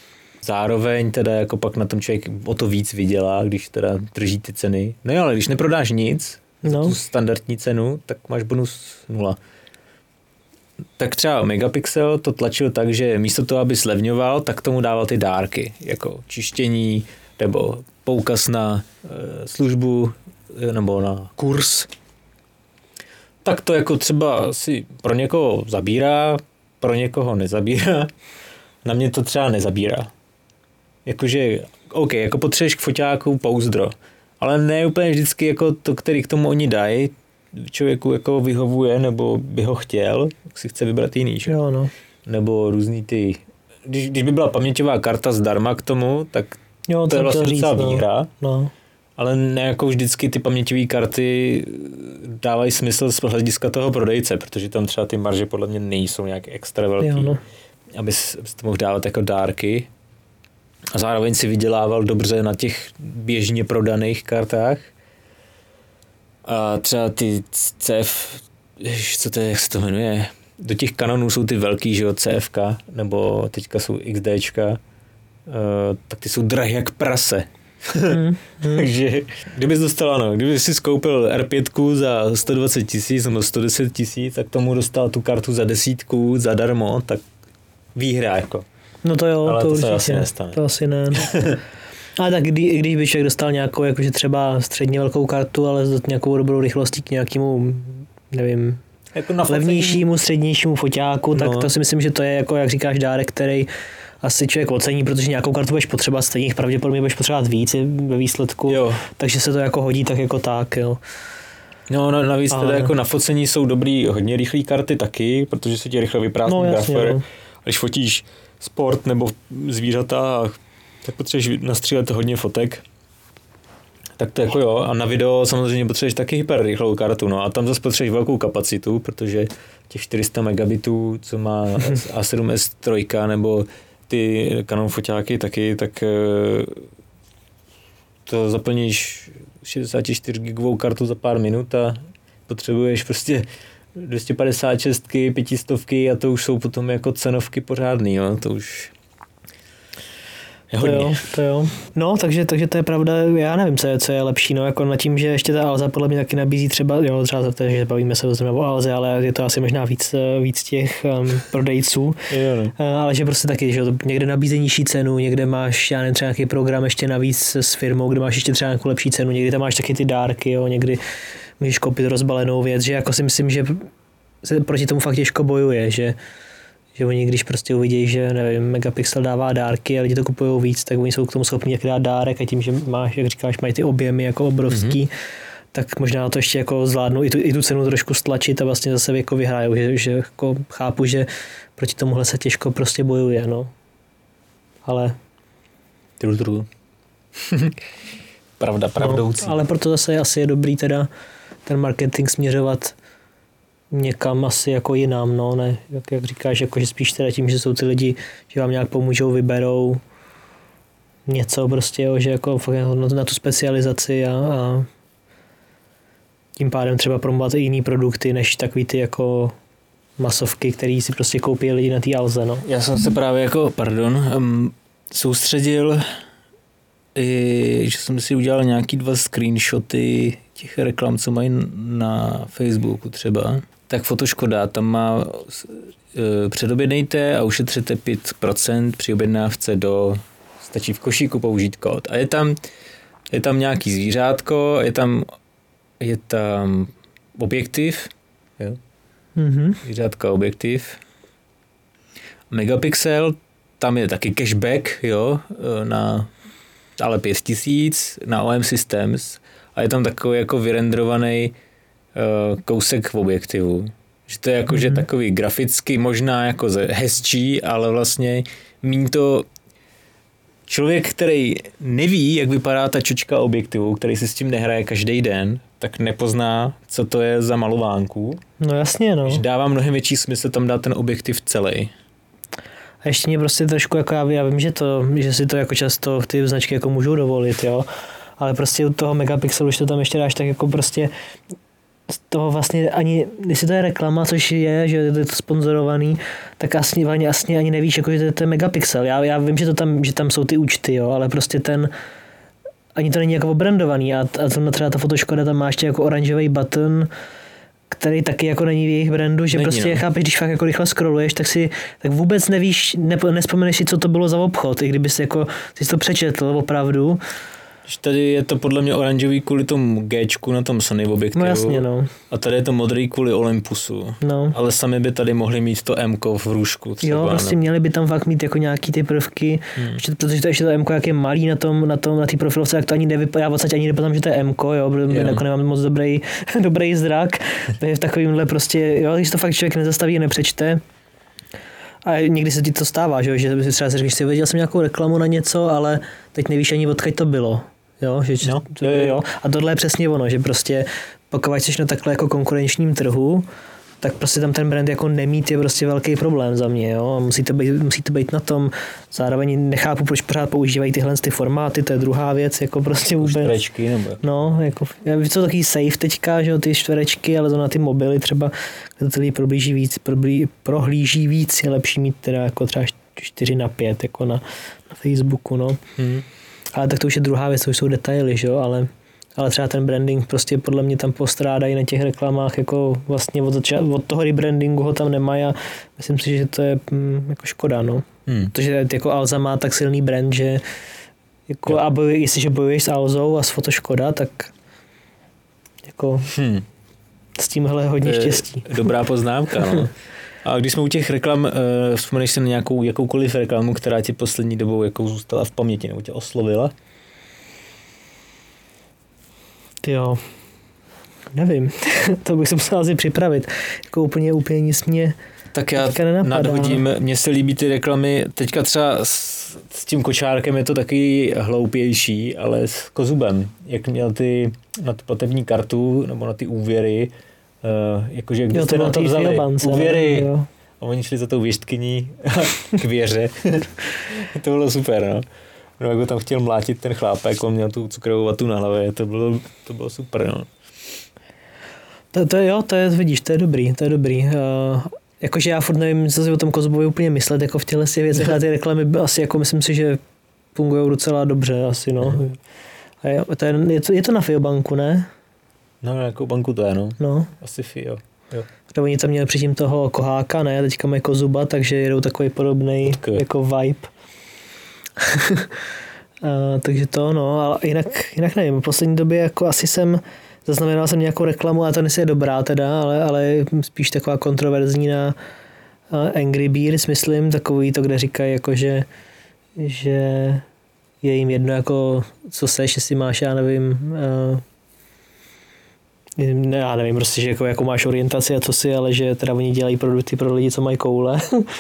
Zároveň teda jako pak na tom člověk o to víc vydělá, když teda drží ty ceny. No jo, ale když neprodáš nic, tu standardní cenu, tak máš bonus 0. Tak třeba Megapixel to tlačil tak, že místo toho, aby slevňoval, tak tomu dával ty dárky, jako čištění, nebo poukaz na službu, nebo na kurz. Tak to jako třeba si pro někoho zabírá, pro někoho nezabírá. Na mě to třeba nezabírá. Jakože, OK, jako potřebuješ k foťáku pouzdro, ale ne úplně vždycky jako to, který k tomu oni dají, člověku jako vyhovuje, nebo by ho chtěl, tak si chce vybrat jiný. Jo, no. Nebo různý ty... Když by byla paměťová karta zdarma k tomu, tak jo, to je vlastně docela výhra. No. Ale ne jako vždycky ty paměťové karty dávají smysl z hlediska toho prodejce, protože tam třeba ty marže podle mě nejsou nějak extra velký, jo, no. abys to mohl dávat jako dárky. A zároveň si vydělával dobře na těch běžně prodaných kartách. A třeba ty CF, co to je, jak se to jmenuje? Do těch kanonů jsou ty velký, že jo, CFK, nebo teďka jsou XDčka, tak ty jsou drahé jak prase. Takže kdybys dostal, ano, kdyby si skoupil R5 za 120 000 nebo 110 000, tak tomu dostal tu kartu za 10 zadarmo, tak výhra jako. No to jo, ale to určitě se asi nestane. To asi ne. Ale tak když by člověk dostal nějakou, jakože třeba středně velkou kartu, ale s nějakou dobrou rychlostí k nějakému, nevím, jako levnějšímu, střednějšímu foťáku, tak to si myslím, že to je jako, jak říkáš, dárek, který asi člověk ocení, protože nějakou kartu budeš potřebovat, stejně jich pravděpodobně budeš potřebovat víc ve výsledku, jo. Takže se to jako hodí tak jako tak, jo. No navíc teda jako na focení jsou dobrý, hodně rychlý karty taky, protože se ti rychle vyprázdní buffer. No. Když fotíš sport nebo zvířata, tak potřebuješ nastřílet hodně fotek. Tak to jako jo, a na video samozřejmě potřebuješ taky hyperrychlou kartu, no a tam zase potřebuješ velkou kapacitu, protože těch 400 megabitů, co má A7S III nebo ty Canon foťáky taky, tak to zaplníš 64 gigovou kartu za pár minut a potřebuješ prostě 256, 500 a to už jsou potom jako cenovky pořádný, jo, to už je hodně. To jo. No, takže to je pravda, já nevím, co je lepší, no, jako nad tím, že ještě ta Alza podle mě taky nabízí třeba za to, že bavíme se o Alze, ale je to asi možná víc těch prodejců, jo, no. Ale že prostě taky, že někde nabízí nižší cenu, někde máš, já nevím, třeba nějaký program ještě navíc s firmou, kde máš ještě třeba nějakou lepší cenu, někdy tam máš taky ty dárky, jo, někdy můžeš koupit rozbalenou věc, že jako si myslím, že se proti tomu fakt těžko bojuje, že oni, když prostě uvidí, že nevím, Megapixel dává dárky a lidi to kupují víc, tak oni jsou k tomu schopni jak dát dárek a tím, že máš, jak říkáš, mají ty objemy jako obrovský, tak možná to ještě jako zvládnou i tu cenu trošku stlačit a vlastně zase jako vyhrajou, že jako chápu, že proti tomuhle se těžko prostě bojuje, no. Ale pravdoucí. No, ale proto zase asi je dobrý teda ten marketing směřovat někam asi jako jinam, no, ne, jak říkáš, jako, že spíš teda tím, že jsou ty lidi, že vám nějak pomůžou, vyberou něco prostě, jo, že jako na tu specializaci a tím pádem třeba promovat i jiný produkty, než takový ty jako masovky, který si prostě koupí lidi na té Alze, no. Já jsem se právě jako, soustředil že jsem si udělal nějaký 2 screenshoty těch reklam, co mají na Facebooku třeba. Tak Fotoškoda, tam má předobědnejte a ušetřete 5% při objednávce stačí v košíku použít kód. A je tam nějaký zvířátko, je tam objektiv, jo? Zvířátka objektiv. Megapixel, tam je taky cashback, jo, ale 5000 na OM Systems a je tam takový jako vyrendrovaný kousek v objektivu. Že to je jako, že takový graficky možná jako hezčí, ale vlastně míň to člověk, který neví, jak vypadá ta čočka objektivu, který si s tím nehraje každý den, tak nepozná, co to je za malovánku. No jasně, no. Že dává mnohem větší smysl tam dát ten objektiv celý. A ještě mě prostě trošku, jako já vím, že si to jako často ty značky jako můžou dovolit, jo, ale prostě u toho Megapixelu, když to tam ještě dáš, tak jako prostě z toho vlastně ani, jestli to je reklama, což je, že je to sponzorovaný, tak asi ani nevíš, jako, že to je megapixel. Já vím, že tam jsou ty účty, jo, ale prostě ani to není jako obrandovaný a třeba ta Fotoškoda tam má ještě jako oranžový button, který taky jako není v jejich brandu, že není, prostě chápeš, když fakt jako rychle scrolluješ, tak vůbec nevíš, nespomeneš si, co to bylo za obchod, i kdyby si to přečetl opravdu. Tady je to podle mě oranžový kvůli tomu Gčku na tom Sony objektivu. No jasně, no. A tady je to modrý kvůli Olympusu. No. Ale sami by tady mohli mít to M-ko v růžku třeba. Jo, prostě měli by tam fakt mít jako nějaký ty prvky, protože to ještě to M-ko, jak je malý na té profilovce, tak to ani nevypadá, já vlastně ani nepoznám, že to je M-ko, jo, protože jako nemám moc dobrý zrak. Takže v takovýmhle prostě, jo, když to fakt člověk nezastaví a nepřečte. A někdy se ti to stává, že třeba si řekneš, viděl jsem nějakou reklamu na něco, ale teď nevíš ani odkud to bylo. Jo, jo. A tohle je přesně ono, že prostě pokud jsi na takhle jako konkurenčním trhu, tak prostě tam ten brand jako nemít je prostě velký problém za mě, jo. Musí to být na tom. Zároveň nechápu, proč pořád používají tyhle ty formáty, to je druhá věc, jako prostě vůbec. Čtverečky nebo? No, jako, já vím, co takový safe teďka, že jo, ty čtverečky, ale to na ty mobily třeba, kde to prohlíží víc, je lepší mít teda jako třeba 4:5 jako na Facebooku, no. Ale tak to už je druhá věc, to už jsou detaily, že jo, ale třeba ten branding prostě podle mě tam postrádají na těch reklamách, jako vlastně od toho rebrandingu ho tam nemají a myslím si, že to je jako škoda, no. Protože jako Alza má tak silný brand, že jako jestliže bojuješ s Alzou a s Fotoškoda, tak jako s tímhle hodně štěstí. Dobrá poznámka, no. A když jsme u těch reklam, vzpomeneš si na nějakou jakoukoliv reklamu, která ti poslední dobou jako zůstala v paměti nebo tě oslovila? Jo, nevím. To bych se musel asi připravit. Jako úplně nic mě tak já nadhodím, mně se líbí ty reklamy, teďka třeba s tím kočárkem je to taky hloupější, ale s Kozubem, jak měl na tu platební kartu nebo na ty úvěry, jakože když jste na to vzali úvěry a oni šli za tou věštkyní k věře. To bylo super, no. No, jak ho tam chtěl mlátit ten chlápek, on měl tu cukrovou vatu na hlavě, to bylo super, no. Vidíš, to je dobrý. Jakože já furt nevím, co si o tom Kozubovi úplně myslet, jako v těchto věcech, a ty reklamy asi, jako myslím si, že fungují docela dobře, asi, no. A je to na Fiobanku, ne? No, jako banku to je, no. No. Asi Fio, jo. Oni tam měli předtím toho Koháka, ne? Teďka mají Kozuba, takže jedou takový podobný jako vibe. Takže to, no, ale jinak nevím. V poslední době jako asi zaznamenal jsem nějakou reklamu, a to je dobrá teda, ale spíš taková kontroverzní na Angry Birds, myslím, takový to, kde říkají jako, že je jim jedno jako, co seš, jestli máš, já nevím, prostě, že jako máš orientaci a co si, ale že teda oni dělají produkty pro lidi, co mají koule.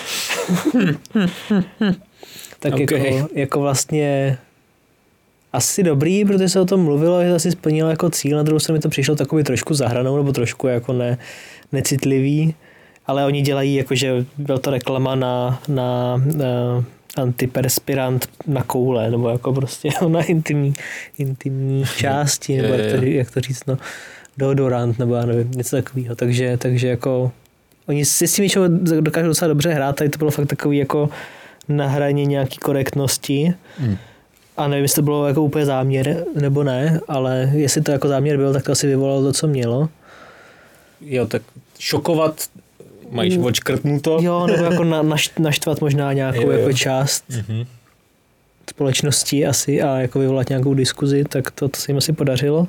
Tak okay. jako vlastně asi dobrý, protože se o tom mluvilo, že to asi splnilo jako cíl, na druhou stranu mi to přišlo takový trošku za hranou, nebo trošku jako necitlivý, ale oni dělají jako, že byla to reklama na antiperspirant na koule, nebo jako prostě na intimní části, nebo jak to říct, no, deodorant, nebo já nevím, něco takového, takže jako oni si s tím něčeho dokážou docela dobře hrát, tady to bylo fakt takový jako na hraně nějaký korektnosti. A nevím, jestli to bylo jako úplně záměr, nebo ne, ale jestli to jako záměr byl, tak to asi vyvolalo to, co mělo. Jo, tak šokovat, mají odškrtnuto. Jo, nebo jako naštvat možná nějakou jako část společnosti asi a jako vyvolat nějakou diskuzi, tak to se jim asi podařilo.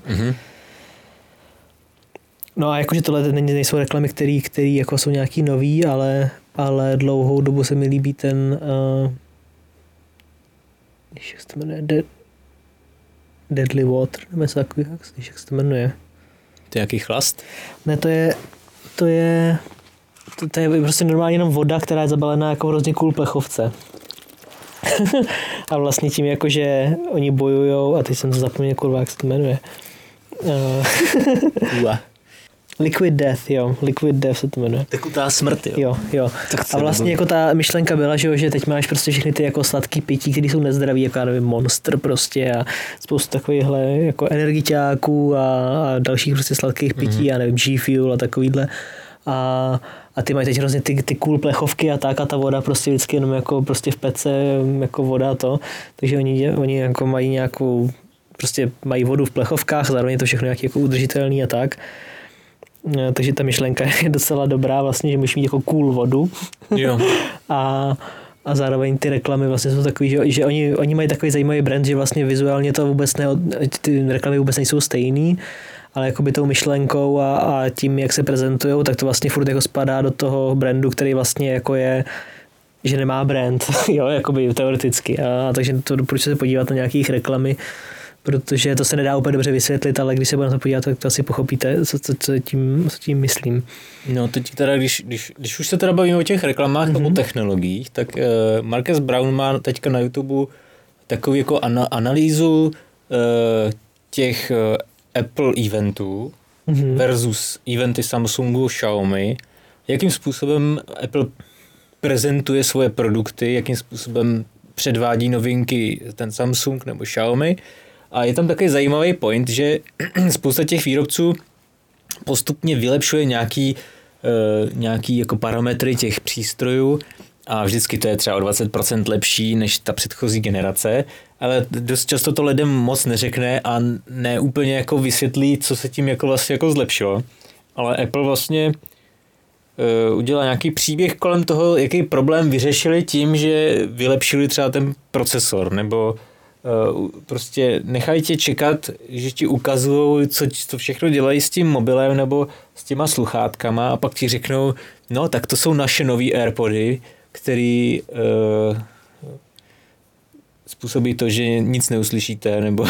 No a jakože tohle nejsou reklamy, které jako jsou nějaký nový, ale dlouhou dobu se mi líbí ten jak se to jmenuje, Deadly Water, nebo něco takový, jak se to jmenuje. To je jaký chlast? Ne, to je prostě normálně jenom voda, která je zabalená jako hrozně cool plechovce. A vlastně tím jako, že oni bojujou, a teď jsem to zapomněl, kurva, jak se to jmenuje. Liquid Death se to jmenuje. Tekutá smrt, Jo. A vlastně jako ta myšlenka byla, že teď máš prostě všechny ty jako sladký pití, které jsou nezdraví, jako já nevím, Monster prostě a spoustu takovýchhle jako energiťáků a dalších prostě sladkých pití, já nevím, G-Fuel a takovýhle. A ty mají teď hrozně ty cool plechovky a tak a ta voda prostě vždycky jenom jako prostě v pece jako voda a to. Takže oni jako mají nějakou, prostě mají vodu v plechovkách, zároveň je to všechno nějaký jako udržitelný a tak. Takže ta myšlenka je docela dobrá vlastně, že můžeš mít jako cool vodu. Jo. A zároveň ty reklamy vlastně jsou takový, že oni mají takový zajímavý brand, že vlastně vizuálně to vůbec ty reklamy vůbec nejsou stejný, ale jakoby tou myšlenkou a tím, jak se prezentujou, tak to vlastně furt jako spadá do toho brandu, který vlastně jako je, že nemá brand, jo, jakoby teoreticky. A takže to doporučuji se podívat na nějakých reklamy, protože to se nedá úplně dobře vysvětlit, ale když se budete podívat, tak to asi pochopíte, co tím myslím. No teď teda, když už se teda bavíme o těch reklamách nebo technologiích, tak Marques Brown má teďka na YouTube takovou jako analýzu těch Apple eventů versus eventy Samsungu, Xiaomi, jakým způsobem Apple prezentuje svoje produkty, jakým způsobem předvádí novinky ten Samsung nebo Xiaomi. A je tam takový zajímavý point, že spousta těch výrobců postupně vylepšuje nějaký jako parametry těch přístrojů a vždycky to je třeba o 20% lepší než ta předchozí generace, ale dost často to lidem moc neřekne a ne úplně jako vysvětlí, co se tím jako vlastně jako zlepšilo. Ale Apple vlastně udělal nějaký příběh kolem toho, jaký problém vyřešili tím, že vylepšili třeba ten procesor, nebo prostě nechají tě čekat, že ti ukazují, co všechno dělají s tím mobilem nebo s těma sluchátkama a pak ti řeknou, no tak to jsou naše nový AirPody, který způsobí to, že nic neuslyšíte nebo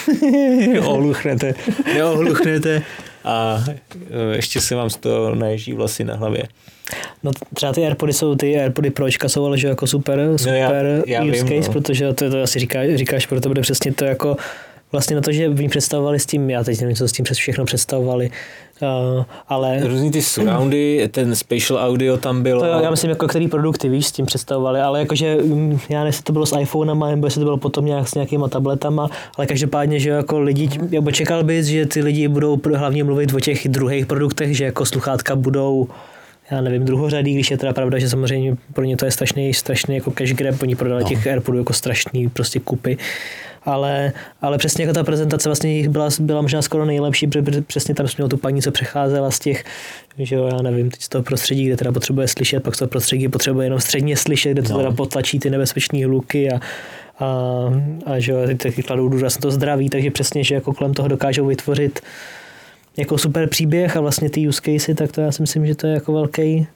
neohluchnete a ještě se vám z toho naježí vlasy na hlavě. No třeba ty AirPody Pročka jsou ale že jako super já use case, no. Protože to asi říkáš, proto bude přesně to jako vlastně na to, že oni představovali s tím, já teď nevím, co s tím přes všechno představovali, ale... Různý ty surroundy, ten spatial audio tam bylo. To já myslím, jako který produkty, víš, s tím představovali, ale jakože, já nevím, jestli to bylo s iPhonama, nebo jestli to bylo potom nějak s nějakýma tabletama, ale každopádně, že jako lidi, jako čekal bys, že ty lidi budou hlavně mluvit o těch druhých produktech, že jako sluchátka budou, já nevím, druhořadý, když je teda pravda, že samozřejmě pro ně to je strašný jako cash grab, oni prodali těch AirPodů jako strašný prostě kupy. Ale přesně jako ta prezentace vlastně jich byla možná skoro nejlepší, protože přesně tam jsme měl tu paní, co přecházela z těch, že jo, já nevím, teď z toho prostředí, kde teda potřebuje slyšet, pak z toho prostředí potřebuje jenom středně slyšet, kde to teda potlačí ty nebezpečné hluky a že jo, taky kladou důraz na to zdraví, takže přesně, že jako kolem toho dokážou vytvořit jako super příběh a vlastně ty use casey, tak to já si myslím, že to je jako velký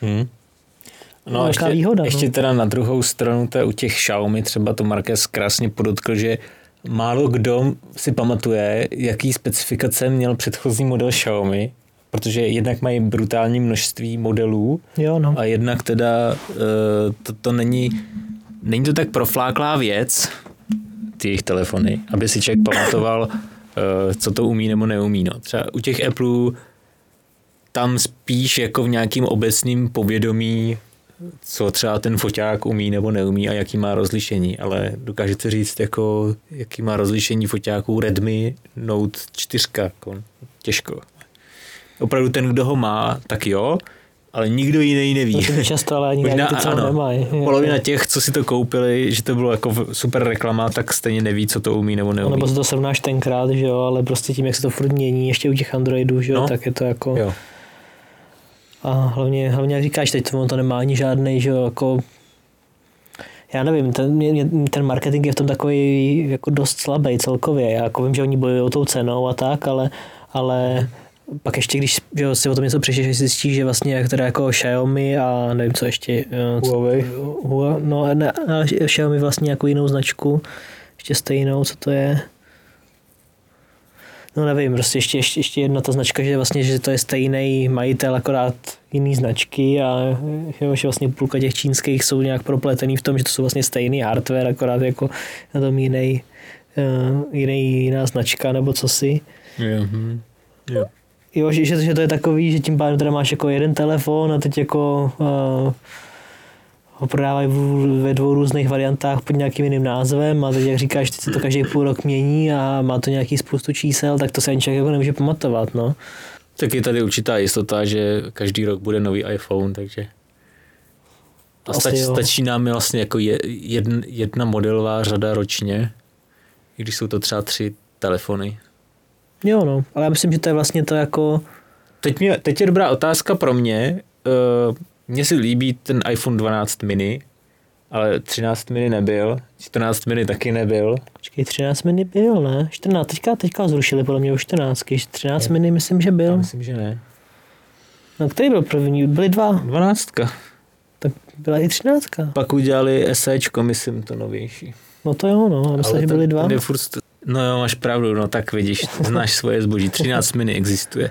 No ještě teda na druhou stranu, to je u těch Xiaomi, třeba to Marques krásně podotkl, že málo kdo si pamatuje, jaký specifikace měl předchozí model Xiaomi, protože jednak mají brutální množství modelů a jednak teda to není to tak profláklá věc, ty jejich telefony, aby si člověk pamatoval, co to umí nebo neumí. No. Třeba u těch Appleů tam spíš jako v nějakým obecným povědomí, co třeba ten foťák umí nebo neumí a jaký má rozlišení, ale dokážete říct, jako, jaký má rozlišení foťáků Redmi Note 4, jako, těžko. Opravdu ten, kdo ho má, tak jo, ale nikdo jiný neví. To často, ale ani ty, co ho nemají. Polovina těch, co si to koupili, že to bylo jako super reklama, tak stejně neví, co to umí nebo neumí. Nebo se to srovnáš tenkrát, že jo, ale prostě tím, jak se to furt mění, ještě u těch Androidů, že jo, tak je to jako... Jo. A hlavně jak říkáš, teď to nemá ani žádnej, že jo, jako... Já nevím, ten marketing je v tom takový jako dost slabý celkově. Já jako vím, že oni bojují tou cenou a tak, ale pak ještě, když si o tom něco přečteš, že zjistíš, že vlastně jak teda jako Xiaomi a nevím, co ještě... Huawei. No, ne, Xiaomi vlastně nějakou jinou značku, ještě stejnou, co to je... No nevím, prostě ještě jedna ta značka, že vlastně, že to je stejný majitel, akorát jiný značky a že vlastně půlka těch čínských jsou nějak propletený v tom, že to jsou vlastně stejný hardware, akorát jako na tom jiná značka nebo cosi. Jo. Jo, že to je takový, že tím pádem teda máš jako jeden telefon a teď jako ho prodávají ve 2 různých variantách pod nějakým jiným názvem a teď jak říkáš, teď se to každý půl rok mění a má to nějaký spoustu čísel, tak to se ani člověk jako nemůže pamatovat, no. Tak je tady určitá jistota, že každý rok bude nový iPhone, takže a stačí nám vlastně jako jedna modelová řada ročně, i když jsou to třeba 3 telefony. Jo, no, ale já myslím, že to je vlastně to jako... Teď je dobrá otázka pro mě. Mně se líbí ten iPhone 12 mini, ale 13 mini nebyl, 14 mini taky nebyl. Počkej, 13 mini byl, ne? 14, teďka zrušili podle mě už 14, 13 mini myslím, že byl. Já myslím, že ne. No, který byl první? Byly 2. 12. Tak byla i 13. Pak udělali SEčko, myslím, to novější. No to jo, no, myslím, že byly 2. No jo, máš pravdu, no tak vidíš, znáš svoje zboží, 13 mini existuje.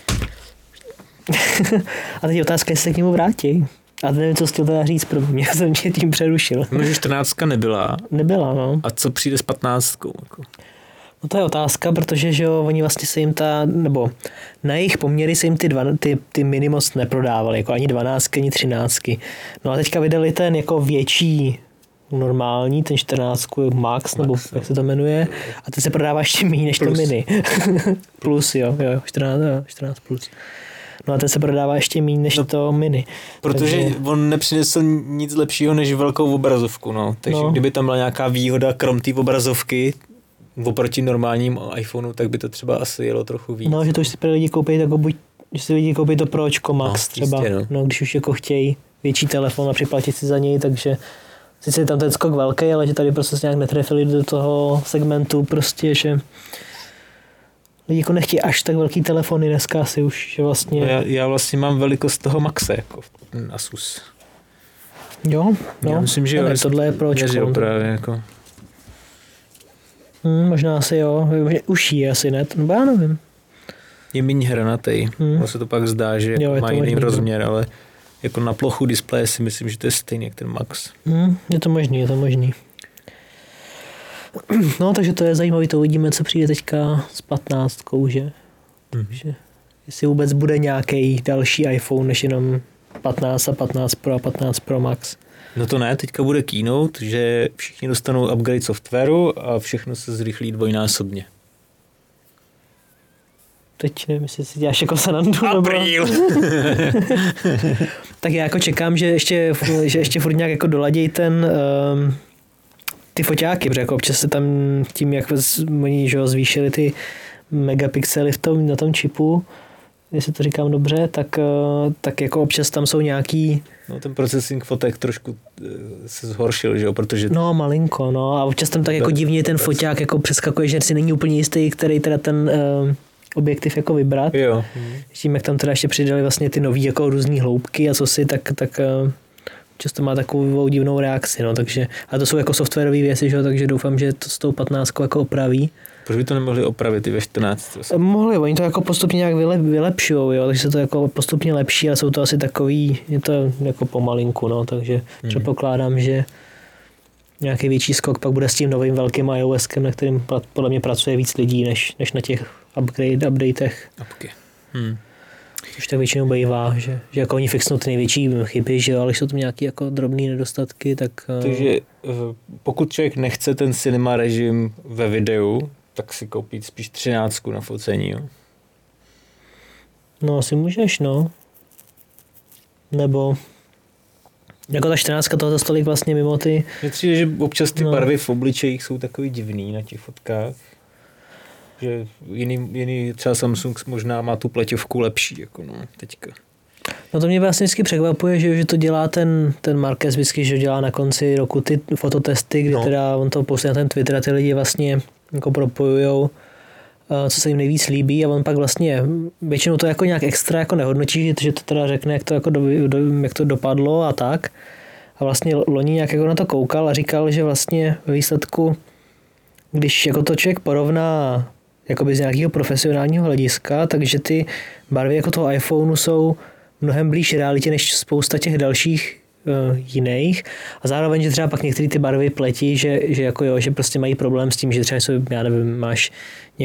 A teď je otázka, jestli se k němu vrátí. A nevím, co chtěl teda říct, mě jsem tě tím přerušil. No, že 14 nebyla. Nebyla, no. A co přijde s 15? Jako? No to je otázka, protože že jo, oni vlastně se jim nebo na jejich poměry se jim ty mini moc neprodávali, jako ani 12, ani 13. No a teďka vydali ten jako větší normální, ten 14 Max, nebo jak se to jmenuje, a ten se prodává ještě méně než ten mini. Plus, jo, 14 plus. No a ten se prodává ještě méně než to mini. Protože on nepřinesl nic lepšího než velkou obrazovku, no. Takže kdyby tam byla nějaká výhoda krom té obrazovky oproti normálnímu iPhoneu, tak by to třeba asi jelo trochu víc. No, že to už si pro lidi koupí, tak buď, že si lidi koupí to Pročko Max třeba, jistě, no, když už jako chtějí větší telefon a připlatit si za něj, takže sice je tam ten skok velký, ale že tady prostě se nějak netrefili do toho segmentu, prostě, že lidi jako nechtějí až tak velký telefony dneska asi už, že vlastně... No já vlastně mám velikost toho Maxe, jako Asus. Jo, no. Já myslím, že jo, tohle je Pročko. Právě jako. Možná asi jo, uší je asi ne, no já nevím. Je méně hranatej, se to pak zdá, že jo, má jiný rozměr, ale jako na plochu displeje si myslím, že to je stejný jak ten Max. Je to možný. No, takže to je zajímavé, to uvidíme, co přijde teďka s 15, že? Takže jestli vůbec bude nějaký další iPhone, než jenom 15 a 15 Pro a 15 Pro Max. No to ne, teďka bude keynote, že všichni dostanou upgrade softwaru a všechno se zrychlí dvojnásobně. Teď nevím, jestli si děláš jako sanandu. Apríl! Tak já jako čekám, že ještě furt nějak jako doladěj ty foťáky, protože jako občas se tam tím, jak oni zvýšili ty megapixely na tom čipu, jestli to říkám dobře, tak jako občas tam jsou nějaký... No ten processing fotek trošku se zhoršil, že jo, protože... No malinko, no a občas tam tak jako divně ten foťák jako přeskakuje, že si není úplně jistý, který teda ten objektiv jako vybrat. Jo. Tím, jak tam teda ještě přidali vlastně ty nový jako různý hloubky a cosi, tak často má takovou divnou reakci, no, takže, a to jsou jako softwarové věci, že jo, takže doufám, že to s tou 15 jako opraví. Proč by to nemohli opravit i ve 14? Mohli, oni to jako postupně nějak vylepšujou, jo, takže se to jako postupně lepší, ale jsou to asi takový, je to jako pomalinku, no, takže předpokládám, že nějaký větší skok pak bude s tím novým velkým iOSkem, na kterým podle mě pracuje víc lidí, než na těch updatech. Okay. Což tak většinou bývá, že jako oni fixnou ty největší chyby, že jo, ale jsou tam nějaké jako drobné nedostatky, tak... Takže pokud člověk nechce ten cinema režim ve videu, tak si koupit spíš 13 na focení, jo? No asi můžeš, no. Nebo... Jako ta 14 toho za tolik vlastně mimo ty... Mně přijde, že občas ty barvy v obličejích jsou takový divný na těch fotkách. Že jiný třeba Samsung možná má tu pleťovku lepší, jako no, teďka. No to mě vlastně vždycky překvapuje, že to dělá ten Marquez vždycky, že dělá na konci roku ty fototesty, kdy teda on to postuje na ten Twitter a ty lidi vlastně jako propojujou, co se jim nejvíc líbí a on pak vlastně většinou to jako nějak extra jako nehodnotí, že to teda řekne, jak to, jako jak to dopadlo a tak. A vlastně loni nějak jako na to koukal a říkal, že vlastně ve výsledku, když jako to člověk porovná jakoby z nějakého profesionálního hlediska, takže ty barvy jako toho iPhoneu jsou mnohem blíž realitě než spousta těch dalších jiných. A zároveň, že třeba pak některé ty barvy platí, že jako jo, že prostě mají problém s tím, že třeba jsou, já nevím, máš někoho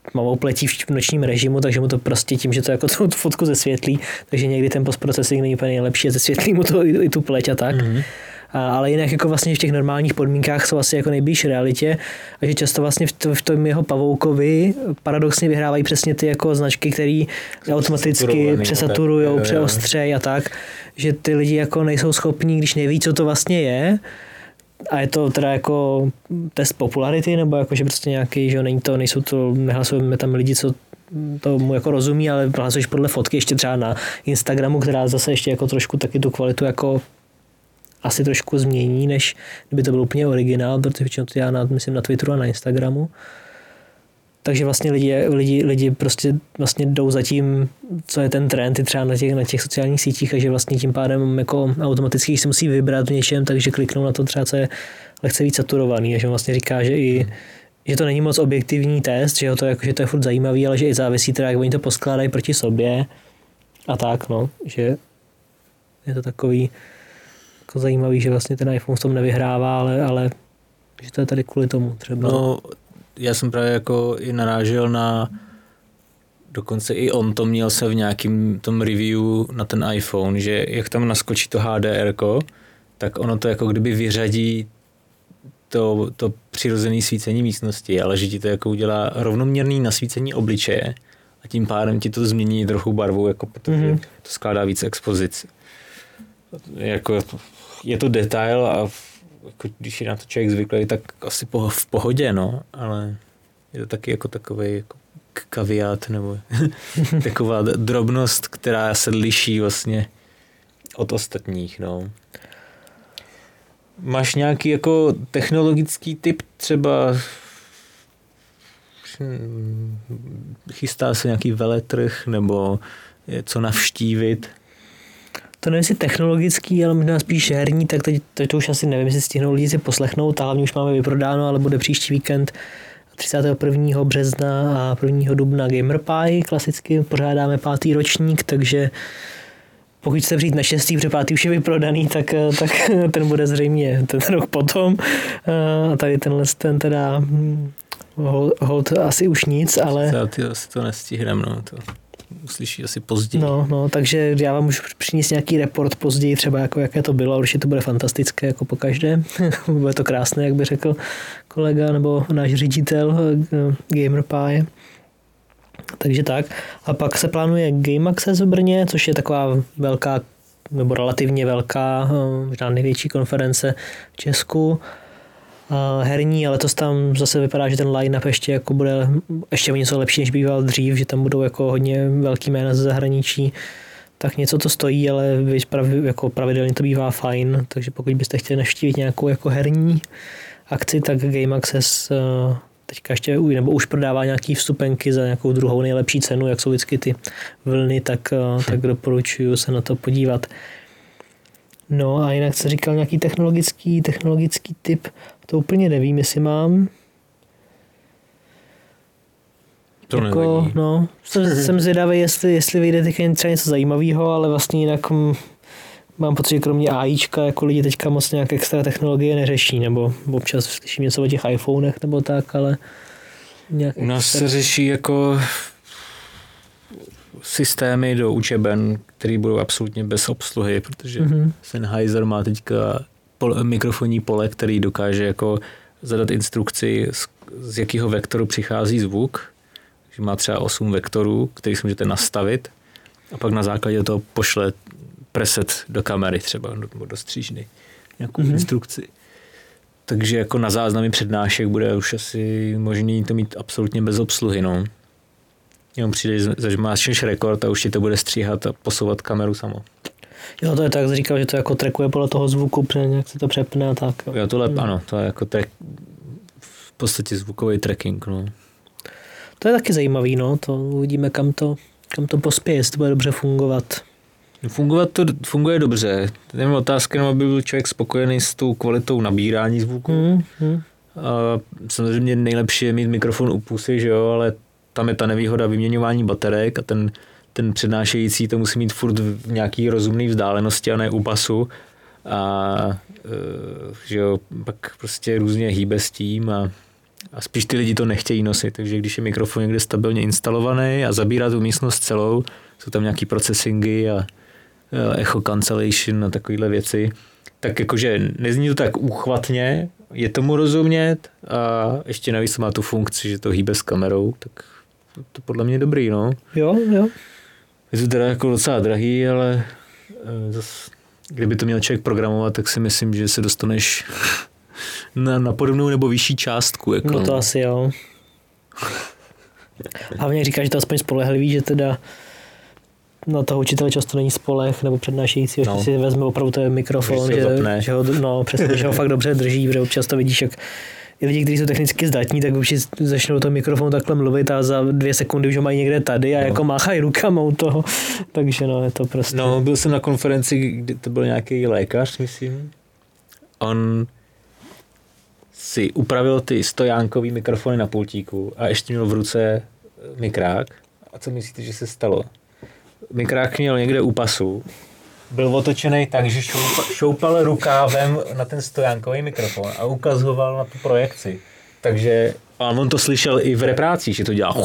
tmavou pletí v nočním režimu, takže mu to prostě tím, že to jako tu fotku zesvětlí, takže někdy ten postprocesing není úplně nejlepší a zesvětlí mu to i tu pleť a tak. Mm-hmm. Ale jinak jako vlastně v těch normálních podmínkách jsou asi jako nejblíž realitě a že často vlastně v tom jeho pavoukovi paradoxně vyhrávají přesně ty jako značky, které automaticky přesaturujou, přeostřejí a tak, že ty lidi jako nejsou schopní, když neví, co to vlastně je, a je to teda jako test popularity, nebo jako, že prostě nějaký, že nehlasujeme tam lidi, co tomu jako rozumí, ale hlasuješ podle fotky ještě třeba na Instagramu, která zase ještě jako trošku taky tu kvalitu jako asi trošku změní, než kdyby to byl úplně originál, protože většinou to já myslím na Twitteru a na Instagramu. Takže vlastně lidi prostě vlastně jdou za tím, co je ten trend i třeba na těch sociálních sítích a že vlastně tím pádem jako automaticky se musí vybrat v něčem, takže kliknou na to třeba, co je lehce víc saturovaný. A že vlastně říká, že to není moc objektivní test, že to je furt zajímavý, ale že i závisí teda, jak oni to poskládají proti sobě a tak, no, že je to takový jako zajímavý, že vlastně ten iPhone v tom nevyhrává, ale že to je tady kvůli tomu třeba. No, já jsem právě jako i narážel na, dokonce i on to měl se v nějakým tom review na ten iPhone, že jak tam naskočí to HDR-ko, tak ono to jako kdyby vyřadí to přirozené svícení místnosti, ale že ti to jako udělá rovnoměrný nasvícení obličeje a tím pádem ti to změní trochu barvu, jako protože to skládá víc expozice. Jako, je to detail a jako, když je na to člověk zvyklý, tak asi v pohodě, no, ale je to taky jako takovej jako kaviát nebo taková drobnost, která se liší vlastně od ostatních, no. Máš nějaký jako technologický tip třeba, chystá se nějaký veletrh nebo co navštívit? To nevím, jestli technologický, ale možná spíš herní, tak teď to už asi nevím, jestli stihnou lidi si poslechnout, a hlavně už máme vyprodáno, ale bude příští víkend 31. března a 1. dubna GamerPie, klasicky pořádáme 5. ročník, takže pokud chcete přijít na 6. protože 5. už je vyprodaný, tak ten bude zřejmě ten rok potom. A tady ten teda hold asi už nic, ale... Asi to nestihneme, no, to uslyší asi později. No, takže já vám můžu přinést nějaký report později, třeba jako jaké to bylo, určitě to bude fantastické, jako pokaždé. Bude to krásné, jak by řekl kolega nebo náš ředitel GamerPie. Takže tak. A pak se plánuje Game Access v Brně, což je taková velká, nebo relativně velká, možná největší konference v Česku. Herní, ale letos tam zase vypadá, že ten line-up ještě jako bude ještě o něco lepší, než býval dřív, že tam budou jako hodně velký jména ze zahraničí. Tak něco to stojí, ale jako pravidelně to bývá fajn, takže pokud byste chtěli navštívit nějakou jako herní akci, tak Game Access teďka ještě nebo už prodává nějaký vstupenky za nějakou druhou nejlepší cenu, jak jsou vždycky ty vlny, tak doporučuji se na to podívat. No a jinak se říkal nějaký technologický tip, to úplně nevím, jestli mám. To jako, nevím. No, jsem zvědavý, jestli vyjde teď třeba něco zajímavého, ale vlastně jinak mám pocit, že kromě AIčka jako lidi teďka moc nějak extra technologie neřeší, nebo občas slyším něco o těch iPhonech nebo tak, ale nějak u nás se řeší jako systémy do učeben, které budou absolutně bez obsluhy, protože Sennheiser má teďka mikrofonní pole, který dokáže jako zadat instrukci, z jakého vektoru přichází zvuk, že má třeba 8 vektorů, který si můžete nastavit a pak na základě toho pošle preset do kamery třeba, nebo do střížny, nějakou instrukci. Takže jako na záznamy přednášek bude už asi možný to mít absolutně bez obsluhy, no. Jenom přijdeš, že máš rekord a už ti to bude stříhat a posouvat kameru samo. Jo, to je tak, říkal, že to jako trackuje podle toho zvuku, nějak se to přepne a tak. Jo, ano, to je jako v podstatě zvukový tracking, no. To je taky zajímavý, no, to uvidíme, kam to pospěje, jestli to bude dobře fungovat. Funguje dobře. Nevím, otázka, nebo aby byl člověk spokojený s tou kvalitou nabírání zvuku. A samozřejmě nejlepší je mít mikrofon u pusy, že jo, ale tam je ta nevýhoda vyměňování baterek a ten přednášející to musí mít furt v nějaký rozumný vzdálenosti a ne u basu. A že jo, pak prostě různě hýbe s tím a a spíš ty lidi to nechtějí nosit, takže když je mikrofon někde stabilně instalovaný a zabírá tu místnost celou, jsou tam nějaký procesingy a echo cancellation a takovéhle věci, tak jakože nezní to tak úchvatně, je tomu rozumět a ještě navíc má tu funkci, že to hýbe s kamerou, tak to podle mě dobrý, no. Jo. Je to teda jako docela drahý, ale zase, kdyby to měl člověk programovat, tak si myslím, že se dostaneš na podobnou nebo vyšší částku. Jako. No to asi jo. Hlavně říkáš, že to aspoň spolehlivý, že teda na toho učitele často není spoleh nebo přednášejícího, že si vezme opravdu ten mikrofon, že ho, přesně, že ho fakt dobře drží, protože občas to vidíš, jak i lidi, kteří jsou technicky zdatní, tak už začnou to mikrofon takhle mluvit a za 2 sekundy už ho mají někde tady a jako máchají rukama u toho. Takže no, je to prostě... No, byl jsem na konferenci, kde to byl nějaký lékař, myslím. On si upravil ty stojánkový mikrofony na pultíku a ještě měl v ruce mikrák. A co myslíte, že se stalo? Mikrák měl někde u pasu. Byl otočený tak, že šoupal rukávem na ten stojánkový mikrofon a ukazoval na tu projekci. Takže a on to slyšel i v reprácích, že to dělá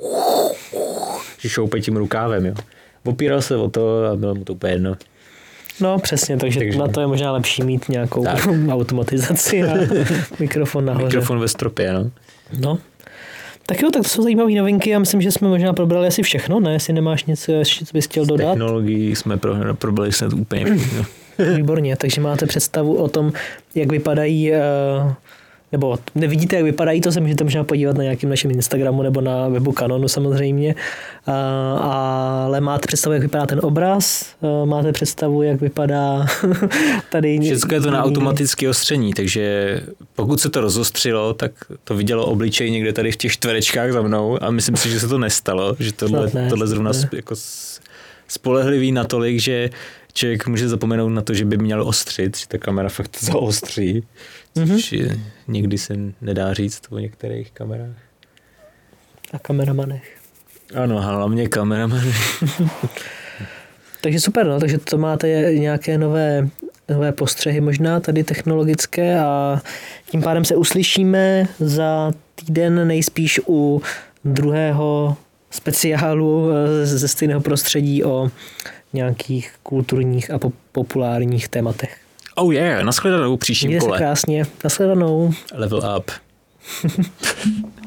že šoupe tím rukávem, jo. Opíral se o to a bylo mu to úplně jedno. No přesně, takže na to je možná lepší mít nějakou automatizaci a mikrofon nahoře. Mikrofon ve stropě, no. No. Tak jo, tak to jsou zajímavé novinky. Já myslím, že jsme možná probrali asi všechno, ne? Jestli nemáš něco, co bys chtěl dodat. Technologií jsme probrali snad úplně všechno. Výborně, takže máte představu o tom, jak vypadají, nebo nevidíte, jak vypadají, to se můžete možná podívat na nějakém našem Instagramu nebo na webu Canonu samozřejmě, ale máte představu, jak vypadá ten obraz, máte představu, jak vypadá tady... Všechno je to na automatické ostření, takže pokud se to rozostřilo, tak to vidělo obličej někde tady v těch čtverečkách za mnou a myslím si, že se to nestalo, že tohle zrovna jako spolehlivý natolik, že člověk může zapomenout na to, že by měl ostřit, že ta kamera fakt zaostří, což někdy se nedá říct o některých kamerách. A kameramanech. Ano, hlavně kameramanech. Takže super, no, takže to máte nějaké nové postřehy možná tady technologické a tím pádem se uslyšíme za týden nejspíš u druhého speciálu ze stejného prostředí o nějakých kulturních a populárních tématech. Oh yeah, nashledanou příštím kole. Mějte se krásně, nashledanou. Level up.